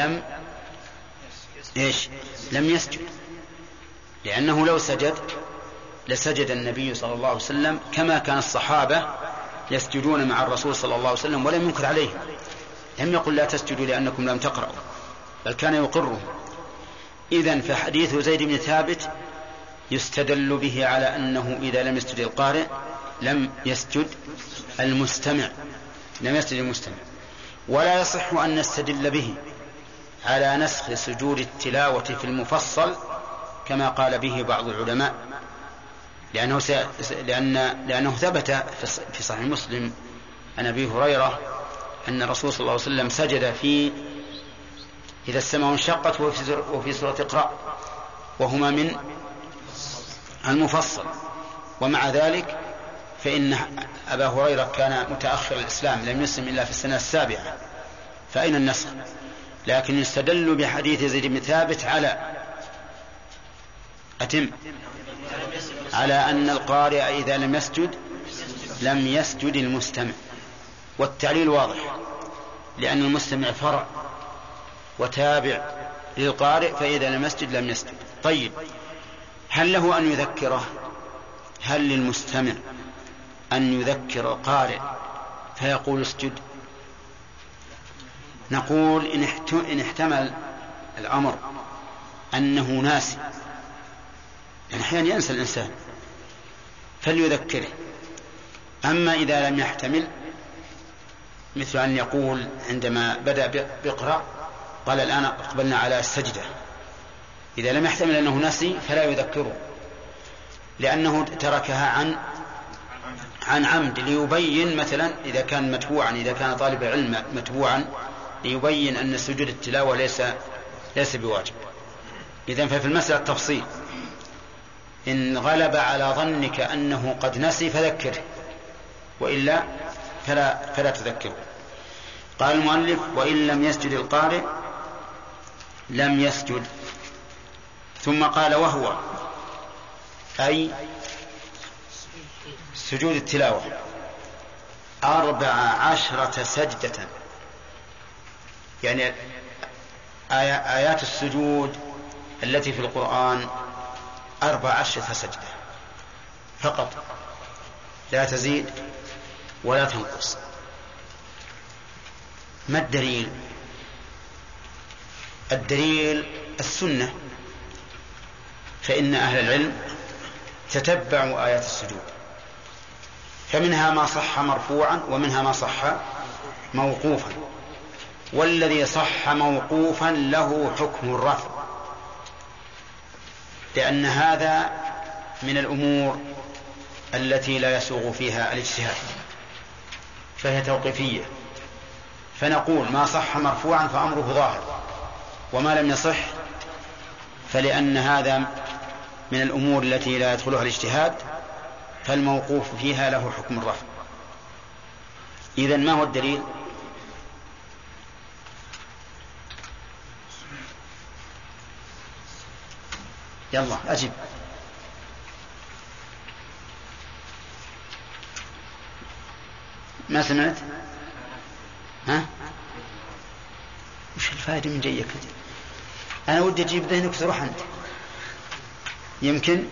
لم يسجد، لأنه لو سجد لسجد النبي صلى الله عليه وسلم كما كان الصحابة يسجدون مع الرسول صلى الله عليه وسلم ولم ينكر عليهم. لم يقل لا تسجدوا لأنكم لم تقرأوا، بل كان يقرهم. إذن فحديث زيد بن ثابت يستدل به على أنه إذا لم يسجد القارئ لم يسجد المستمع. ولا يصح أن نستدل به على نسخ سجود التلاوة في المفصل كما قال به بعض العلماء، لأنه ثبت في صحيح مسلم عن أبي هريرة أن الرسول صلى الله عليه وسلم سجد في إذا السماء انشقت وفي سورة اقرأ وهما من المفصل. ومع ذلك فإن أبا هريرة كان متأخر الإسلام، لم يسلم إلا في السنة 7، فأين النسخ؟ لكن يستدل بحديث زيد بن ثابت على أن القارئ إذا لم يسجد لم يسجد المستمع، والتعليل واضح، لأن المستمع فرع وتابع للقارئ، فإذا لم يسجد لم يسجد. طيب، هل له أن يذكره؟ هل للمستمع أن يذكر القارئ فيقول اسجد؟ نقول إن احتمل الأمر أنه ناسي، يعني أحيانا ينسى الإنسان فليذكره. أما إذا لم يحتمل، مثل أن يقول عندما بدأ بيقرأ قال الآن أقبلنا على السجدة، إذا لم يحتمل أنه نسي فلا يذكره، لأنه تركها عن عمد، ليبين مثلا إذا كان متبوعا، إذا كان طالب العلم متبوعا، ليبين أن سجود التلاوة ليس بواجب. إذن ففي المسألة تفصيل، إن غلب على ظنك أنه قد نسي فذكره، وإلا فلا تذكره. قال المؤلف: وإن لم يسجد القارئ لم يسجد. ثم قال: وهو أي سجود التلاوة 14 سجدة، يعني آيات السجود التي في القرآن 14 سجدة فقط، لا تزيد ولا تنقص. ما الدليل؟ الدليل السنة، فإن أهل العلم تتبعوا آيات السجود، فمنها ما صح مرفوعا ومنها ما صح موقوفا، والذي صح موقوفا له حكم الرفع، لأن هذا من الأمور التي لا يسوغ فيها الاجتهاد، فهي توقيفية، فنقول ما صح مرفوعا فأمره ظاهر، وما لم يصح فلأن هذا من الأمور التي لا يدخلها الاجتهاد، فالموقوف فيها له حكم الرفع. إذن ما هو الدليل؟ يلا أجب. ما سمعت؟ ها؟ وش الفائدة من جيك؟ أنا ودي أجيب ذهنك تروح أنت، يمكن.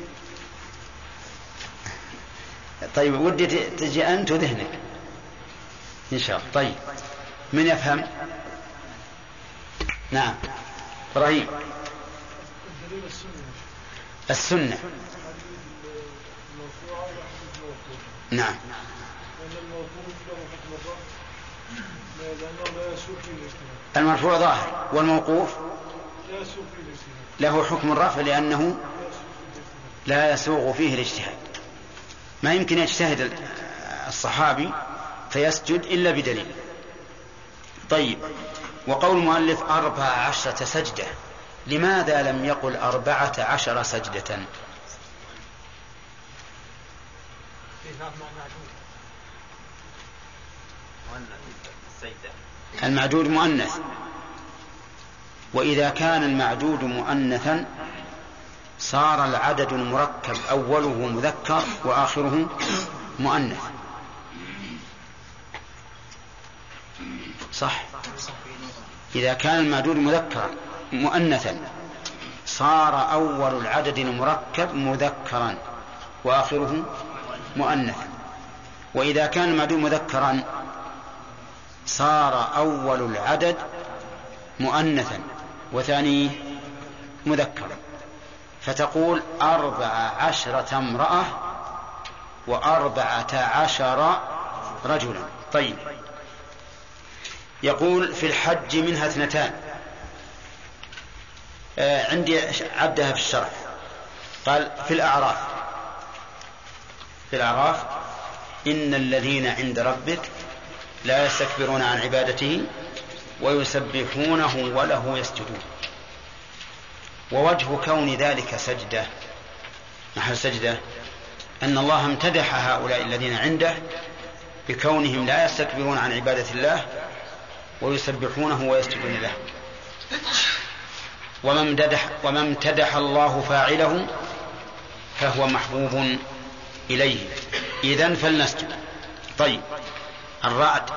طيب، ودي تجي أنت وذهنك إن شاء الله. طيب، من يفهم؟ نعم، إبراهيم. السنة. نعم. المرفوع ظاهر، والموقوف له حكم الرفع لأنه لا يسوغ فيه الاجتهاد. ما يمكن يجتهد الصحابي فيسجد إلا بدليل. طيب، وقول المؤلف 14 سجدة، لماذا لم يقل 14 سجدة؟ المعدود مؤنث، وإذا كان المعدود مؤنثا صار العدد المركب أوله مذكر وآخره مؤنث، صح؟ إذا كان المعدود مذكرا مؤنثا صار أول العدد المركب مذكرا وآخره مؤنثا، وإذا كان المعدود مذكرا صار أول العدد مؤنثا وثانيه مذكرا، فتقول 14 امرأة و14 رجلا. طيب، يقول في الحج منها 2. عندي عدها في الشرح، قال في الأعراف إن الذين عند ربك لا يستكبرون عن عبادته ويسبحونه وله يسجدون. ووجه كون ذلك سجدة محل سجدة أن الله امتدح هؤلاء الذين عنده بكونهم لا يستكبرون عن عبادة الله ويسبحونه ويسجدون له. وما امتدح الله فاعله فهو محبوب إليه. إذن فلنسجد. طيب، الرعد: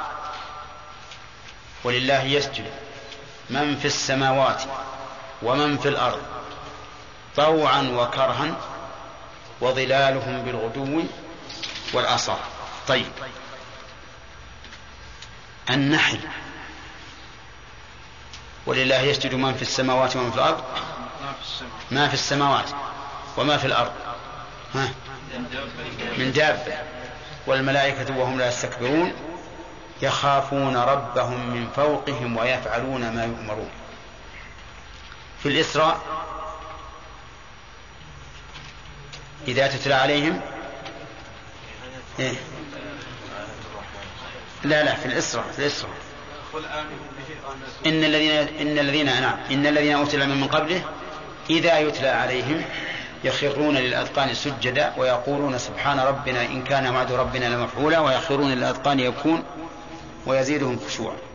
ولله يسجد من في السماوات ومن في الأرض طوعا وكرها وظلالهم بالغدو والآصال. طيب، النحل: ولله يسجد من في السماوات ومن في الأرض. ما في السماوات وما في الأرض من دابة، والملائكة وهم لا يستكبرون يخافون ربهم من فوقهم ويفعلون ما يؤمرون. في الإسراء: إذا تتلى عليهم لا في الإسراء إن الذين أوتوا العلم من قبله إذا يتلى عليهم يخرون للأذقان سجدا ويقولون سبحان ربنا إن كان وعد ربنا لمفعولا ويخرون للأذقان يبكون ويزيدهم خشوعا.